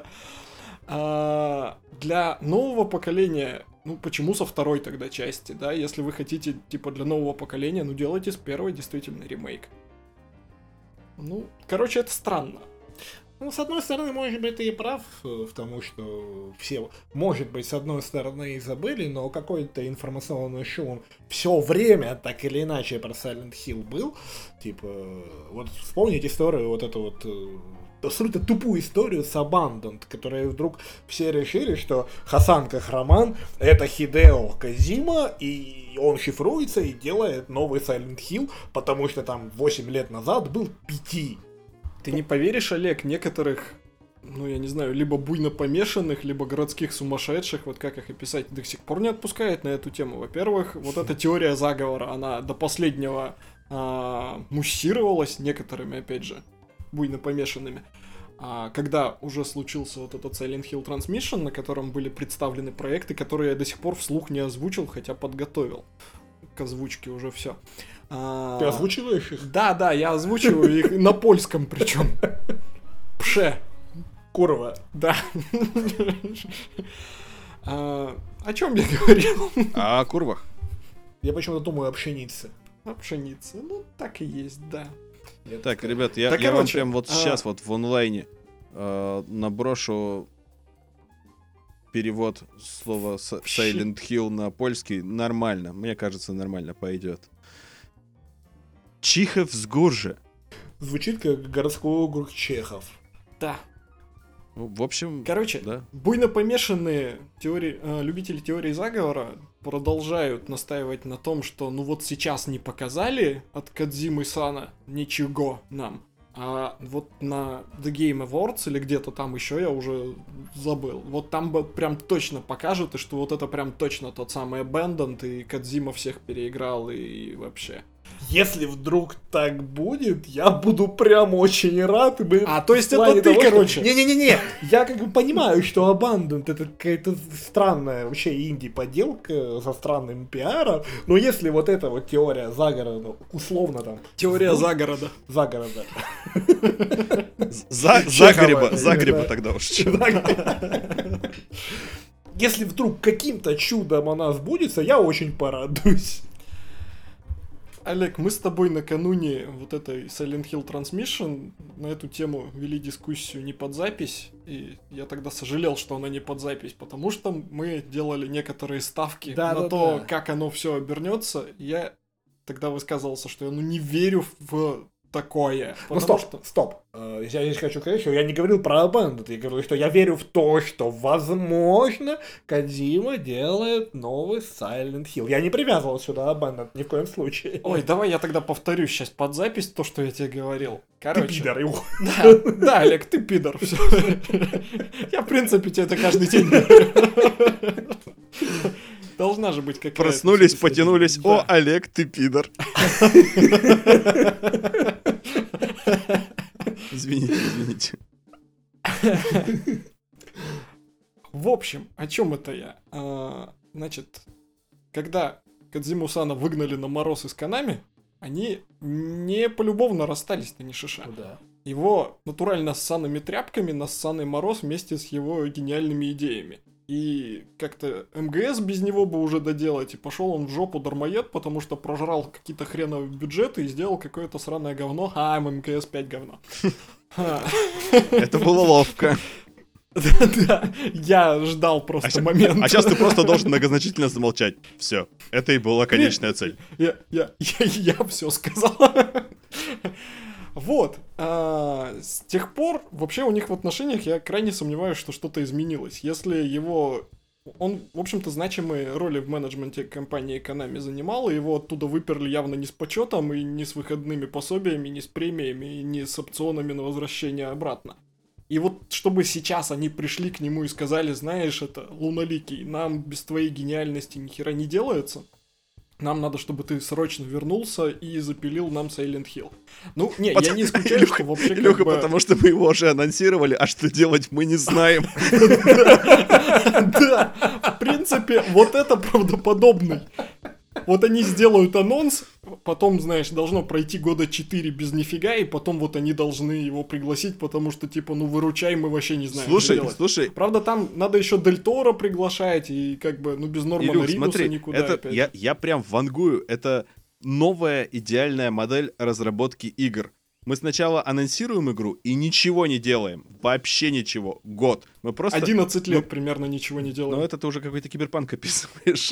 А, для нового поколения, ну почему со второй тогда части, да? Если вы хотите, типа, для нового поколения, ну делайте с первой действительно ремейк. Ну, короче, это странно. Ну, с одной стороны, может быть, ты и прав в том, что все, может быть, с одной стороны и забыли, но какой-то информационный шум все время так или иначе про Silent Hill был. Типа, вот вспомнить историю, вот эту вот абсолютно тупую историю с Abandoned, которая вдруг все решили, что Хасан Кахраман — это Хидео Кодзима, и он шифруется и делает новый Silent Hill, потому что там восемь лет назад был пяти. Ты не поверишь, Олег, некоторых, ну я не знаю, либо буйно помешанных, либо городских сумасшедших, вот как их описать, до сих пор не отпускает на эту тему. Во-первых, вот эта теория заговора, она до последнего а, муссировалась некоторыми, опять же, буйно помешанными. А, когда уже случился вот этот Silent Hill Transmission, на котором были представлены проекты, которые я до сих пор вслух не озвучил, хотя подготовил к озвучке уже все. А... Ты озвучиваешь их? Да, да, я озвучиваю их на польском причем. Пше. Курва. Да. А, о чем я говорил? А о курвах. Я почему-то думаю о пшенице. О пшенице. Ну, так и есть, да. Я Так, такой... ребят, я, Так, я вам короче, прям вот а- сейчас вот в онлайне э, наброшу перевод слова с- Silent Hill на польский. Нормально, мне кажется, нормально пойдет. Чихов с Гурже. Звучит как городской округ Чехов. Да. Ну, в общем, Короче, да. буйно помешанные теории, э, любители теории заговора продолжают настаивать на том, что ну вот сейчас не показали от Кодзимы-сана ничего нам. А вот на The Game Awards или где-то там еще, я уже забыл, вот там бы прям точно покажут, и что вот это прям точно тот самый Abandoned, и Кодзима всех переиграл, и вообще. Если вдруг так будет, я буду прям очень рад. И мы- А, то есть в плане это ты, того, что- короче. Не-не-не-не, я как бы понимаю, что Abandoned — это какая-то странная вообще инди-поделка со странным пиаром, но если вот эта вот теория загорода, условно там... Теория ну, загорода. Загорода. За, Чехова, Загреба, или Загреба да. тогда уж. Если вдруг каким-то чудом она сбудется, я очень порадуюсь. Олег, мы с тобой накануне вот этой Silent Hill Transmission на эту тему вели дискуссию не под запись, и я тогда сожалел, что она не под запись, потому что мы делали некоторые ставки Да, на да, то, да. как оно все обернется. Я тогда высказывался, что я ну не верю в такое. Ну Потому стоп, что... стоп. Э, Я здесь хочу сказать, что я не говорил про Abandoned, я говорю, что я верю в то, что, возможно, Кодзима делает новый Silent Hill. Я не привязывал сюда Abandoned ни в коем случае. Ой, давай я тогда повторю сейчас под запись то, что я тебе говорил. Ты Короче, пидор, его. Да, да, Олег, ты пидор. Всё. Я, в принципе, тебе это каждый день говорю. Должна же быть какая-то... Проснулись, потянулись. Да. О, Олег, ты пидор. Извините, извините. В общем, о чем это я? А, значит, когда Кодзиму-сана выгнали на мороз из Конами, они не полюбовно расстались-то, не шиша. Да. Его натурально ссаными тряпками на ссаный мороз вместе с его гениальными идеями. И как-то МГС без него бы уже доделать, и пошел он в жопу дармоед, потому что прожрал какие-то хреновые бюджеты и сделал какое-то сраное говно. А, МГС пять говно. Ха. Это было ловко. Да, я ждал А просто ща- момент. А сейчас ты просто должен многозначительно замолчать. Все. Это и была конечная цель. Я, я, я, я все сказал. Вот. а, с тех пор вообще у них в отношениях я крайне сомневаюсь, что что-то изменилось. Если его... Он, в общем-то, значимые роли в менеджменте компании Konami занимал, и его оттуда выперли явно не с почетом, и не с выходными пособиями, не с премиями, и не с опционами на возвращение обратно. И вот чтобы сейчас они пришли к нему и сказали, знаешь, это, Луналикий, нам без твоей гениальности ни хера не делается, нам надо, чтобы ты срочно вернулся и запилил нам Silent Hill. Ну, не, я не исключаю, Илюха, что вообще как Илюха, бы... потому что мы его уже анонсировали, а что делать мы не знаем. Да, в принципе, вот это правдоподобный. Вот они сделают анонс, потом, знаешь, должно пройти года четыре без нифига, и потом вот они должны его пригласить, потому что, типа, ну, выручай, мы вообще не знаем, что Слушай, делать. слушай, Правда, там надо еще Дель Торо приглашать, и как бы, ну, без Нормана Илюх, Ридуса смотри, никуда это опять. я, я прям вангую. Это новая идеальная модель разработки игр. Мы сначала анонсируем игру и ничего не делаем. Вообще ничего. Год. Мы просто... одиннадцать лет ну, примерно ничего не делаем. Ну это ты уже какой-то киберпанк описываешь.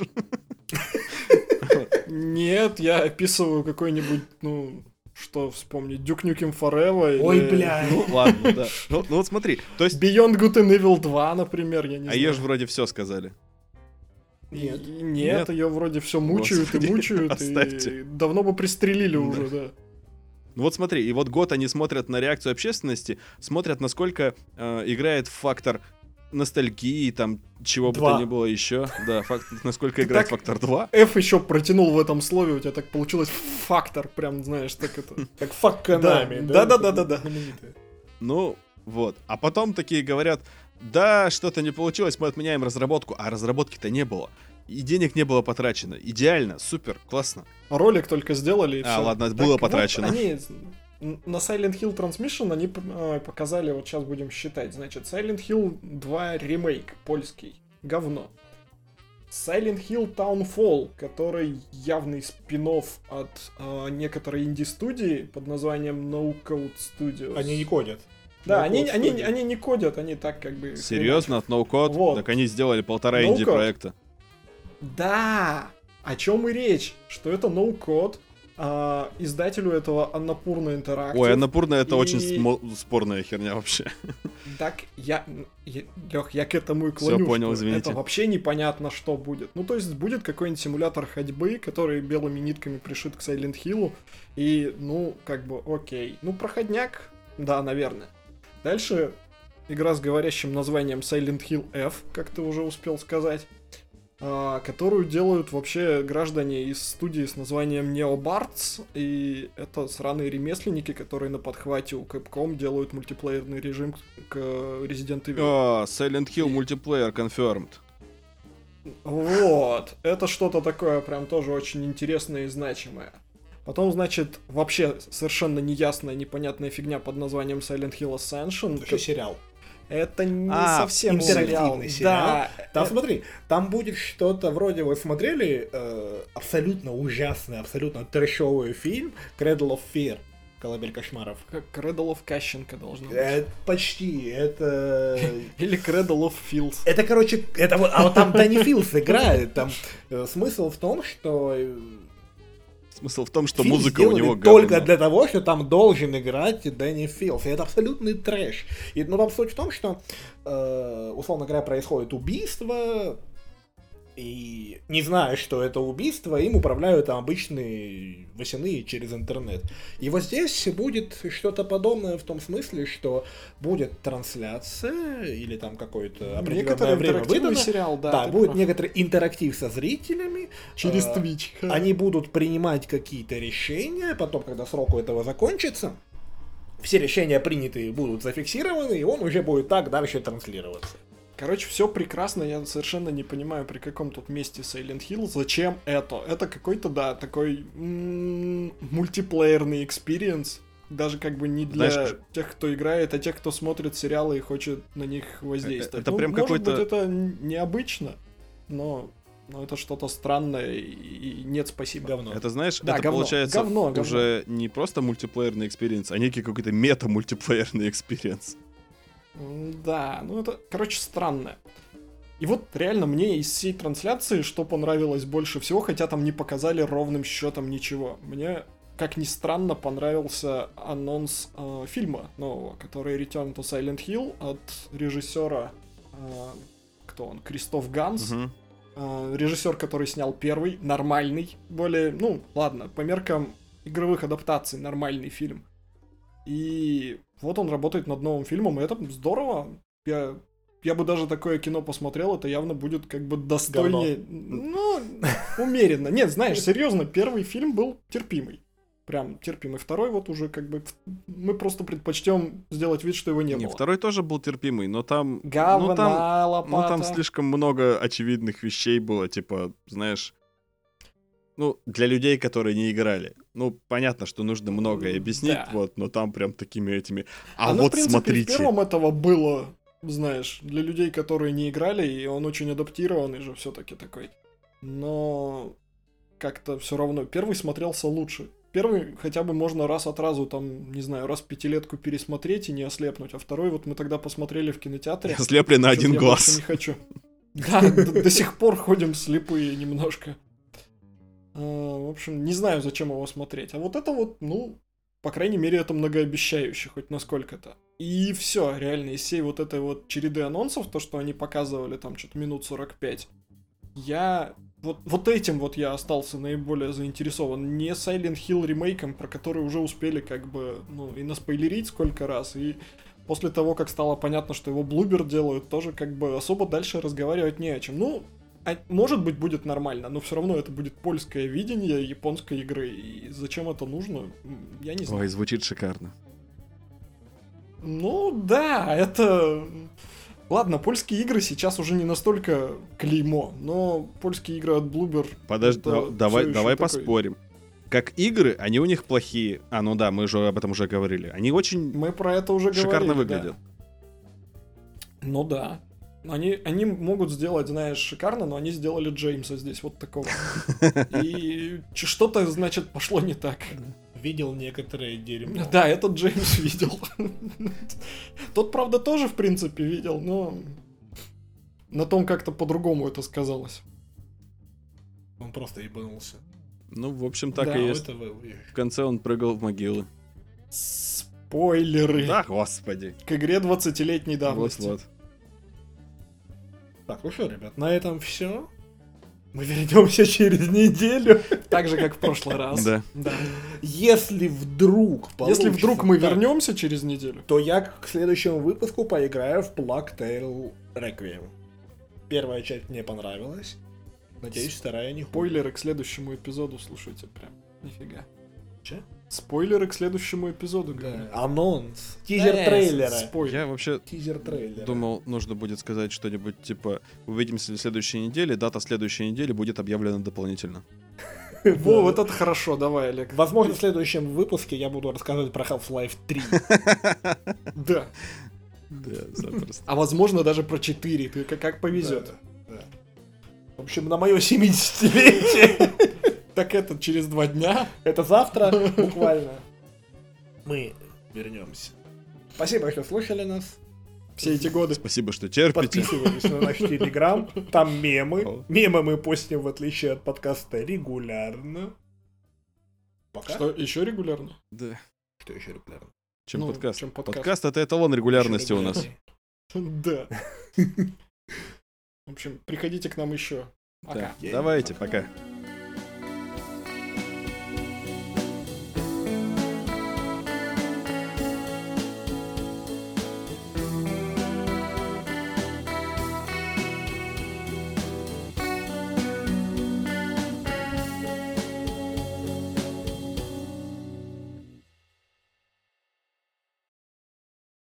Нет, я описываю какой-нибудь, ну... Что вспомнить? Duke Nukem Forever или... Ой, бля. Ну ладно, да. Ну, ну вот смотри, то есть... Beyond Good and Evil два, например, я не А знаю. ее же вроде все сказали. Нет. И- Нет. Нет, ее вроде все мучают Господи, и мучают, оставьте. и давно бы пристрелили Да. уже, да. Ну вот смотри, и вот год они смотрят на реакцию общественности, смотрят, насколько э, играет фактор ностальгии, там, чего бы Два. то ни было еще. Да, факт, насколько Ты играет так- фактор два. F еще протянул в этом слове, у тебя так получилось фактор, прям, знаешь, так это... Как fuck Konami, Да, да-да-да-да-да. знаменитая. Ну, вот. А потом такие говорят, да, что-то не получилось, мы отменяем разработку. А разработки-то не было. И денег не было потрачено. Идеально, супер, классно. Ролик только сделали, и А, всё. ладно, Так было вот, потрачено. они н- на Silent Hill Transmission они э, показали, вот сейчас будем считать, значит, Silent Hill два ремейк, польский, говно. Silent Hill Townfall, который явный спин-офф от э, некоторой инди-студии под названием No Code Studios. Они не кодят. Да, No они, Code они, Studios. они не кодят, они так как бы... Серьезно, от No Code? Вот. Так они сделали полтора No Code. инди-проекта. Да! О чем и речь? Что это No Code, а, издателю этого Annapurna Interactive. Ой, Анапурна это И- очень смо- спорная херня вообще. Так, я, я Лех, я к этому и клоню. Всё, понял, что извините. Это вообще непонятно, что будет. Ну, то есть, будет какой-нибудь симулятор ходьбы, который белыми нитками пришит к Silent Hill, и, ну, как бы, окей. Ну, проходняк, да, наверное. Дальше игра с говорящим названием Silent Hill F, как ты уже успел сказать, а, которую делают вообще граждане из студии с названием NeoBards, и это сраные ремесленники, которые на подхвате у Capcom делают мультиплеерный режим к Resident Evil. А, Silent Hill мультиплеер confirmed. Вот, это что-то такое прям тоже очень интересное и значимое. Потом, значит, вообще совершенно неясная, непонятная фигня под названием Silent Hill Ascension. Это еще сериал. Это не А, совсем интерактивный сериал. сериал. Да, Там, э, смотри, там будет что-то вроде, вы смотрели э, абсолютно ужасный, абсолютно трэшовый фильм «Cradle of Fear», «Колыбель кошмаров». как Cradle of Кащенко должно быть. Э, почти, это... Или Cradle of Fields. Это, короче, это вот, а вот там Дани Филс играет, там э, смысл в том, что э, Смысл в том, что фильм музыка у сделали него только говно. для того, что там должен играть Дэнни Филс. И это абсолютный трэш. И, ну, там суть в том, что, э, условно говоря, происходит убийство, и не зная, что это убийство, им управляют там обычные восьмые через интернет. И вот здесь будет что-то подобное в том смысле, что будет трансляция или там какое-то определенное Некоторый время интерактивный выдано. сериал, да. Да, ты будет прав. некоторый интерактив со зрителями. Через э, Twitch. Они будут принимать какие-то решения, потом, когда срок у этого закончится, все решения принятые будут зафиксированы, и он уже будет так дальше транслироваться. Короче, все прекрасно, я совершенно не понимаю, при каком тут месте Silent Hill, зачем это. Это какой-то, да, такой м, мультиплеерный экспириенс. Даже как бы не для Знаешь, тех, кто играет, а тех, кто смотрит сериалы и хочет на них воздействовать. Это Ну, прям может какой-то- быть, это необычно, но, но это что-то странное, и, и нет, спасибо. Говно. Это, знаешь, Да, это говно, получается говно, говно. уже не просто мультиплеерный экспириенс, а некий какой-то мета-мультиплеерный экспириенс. М, Да, ну это, короче, странно. И вот реально мне из всей трансляции что понравилось больше всего, хотя там не показали ровным счетом ничего. Мне, как ни странно, понравился анонс э, фильма нового, который Return to Silent Hill от режиссера, э, кто он, Кристоф Ганс. Мгм. Э, режиссер, который снял первый, нормальный, более, ну, ладно, по меркам игровых адаптаций нормальный фильм. И вот он работает над новым фильмом, и это здорово. Я, я бы даже такое кино посмотрел, это явно будет как бы достойнее. Ну, умеренно. Нет, знаешь, серьезно, первый фильм был терпимый. Прям терпимый. Второй вот уже как бы мы просто предпочтем сделать вид, что его не, Не, было. второй тоже был терпимый, но там... Говна, ну, там, лопата. ну, там слишком много очевидных вещей было, типа, знаешь... Ну, для людей, которые не играли. Ну, понятно, что нужно многое объяснить, Да. вот, но там прям такими этими... А, ну, вот в принципе, смотрите... в первом этого было, знаешь, для людей, которые не играли, и он очень адаптированный же все-таки такой. Но как-то все равно первый смотрелся лучше. первый хотя бы можно раз от разу, там, не знаю, раз пятилетку пересмотреть и не ослепнуть, а второй вот мы тогда посмотрели в кинотеатре. Ослепли на один глаз. Я не хочу. Да, до сих пор ходим слепые немножко. В общем, не знаю, зачем его смотреть. А вот это вот, ну, по крайней мере, это многообещающе, хоть насколько-то. И все, реально, из всей вот этой вот череды анонсов, то, что они показывали там что-то минут сорок пять, я... Вот, вот этим вот я остался наиболее заинтересован. Не Silent Hill ремейком, про который уже успели как бы, ну, и наспойлерить сколько раз, и после того, как стало понятно, что его Bloober делают, тоже как бы особо дальше разговаривать не о чем. Ну, а, может быть, будет нормально, но все равно это будет польское видение японской игры, и зачем это нужно, я не знаю. Ой, звучит шикарно. Ну, да, это... Ладно, польские игры сейчас уже не настолько клеймо, но польские игры от Bloober... Подожди, да, давай, давай такой... поспорим. Как игры, они у них плохие. А, ну да, мы же об этом уже говорили. Они очень мы про это уже шикарно говорили, выглядят. Да. Ну да. Они, они могут сделать, знаешь, шикарно, но они сделали Джеймса здесь вот такого. И что-то, значит, пошло не так. Видел некоторые дерьмо. Да, этот Джеймс видел. Тот, правда, тоже, в принципе, видел, но на том как-то по-другому это сказалось. Он просто ебанулся. Ну, в общем, так да, и есть. Вы... В конце он прыгал в могилы. Спойлеры. Да, господи. К игре двадцатилетней давности. Вот-вот. Так, ну что, ребят, на этом все. Мы вернемся через неделю. Так же, как в прошлый раз. Да. Да. Если вдруг Если вдруг мы так, вернемся через неделю, то я к следующему выпуску поиграю в Plague Tale Requiem. Первая часть мне понравилась. Надеюсь, вторая не хуй. Спойлеры к следующему эпизоду, слушайте, прям. Нифига. Че? Спойлеры к следующему эпизоду, да. Анонс. Тизер трейлера. Спойлер. Я вообще Тизер трейлера. думал, нужно будет сказать что-нибудь типа увидимся в следующей неделе, дата следующей недели будет объявлена дополнительно. Во, вот это хорошо, давай, Олег. Возможно, в следующем выпуске я буду рассказывать про Half-Life три. Да. Да, запросто. А возможно, даже про четыре, как повезет. В общем, на мое семидесятилетие. Так это через два дня. Это завтра буквально. Мы вернемся. Спасибо, что слушали нас. Все эти годы. Спасибо, что терпите. Подписывайтесь на наш телеграм. Там мемы. Мемы мы постим, в отличие от подкаста, регулярно. Пока. Что, еще регулярно? Да. Что еще регулярно? Чем, ну, подкаст? чем подкаст? Подкаст — это эталон регулярности у нас. Да. В общем, приходите к нам еще. Пока. Давайте, пока.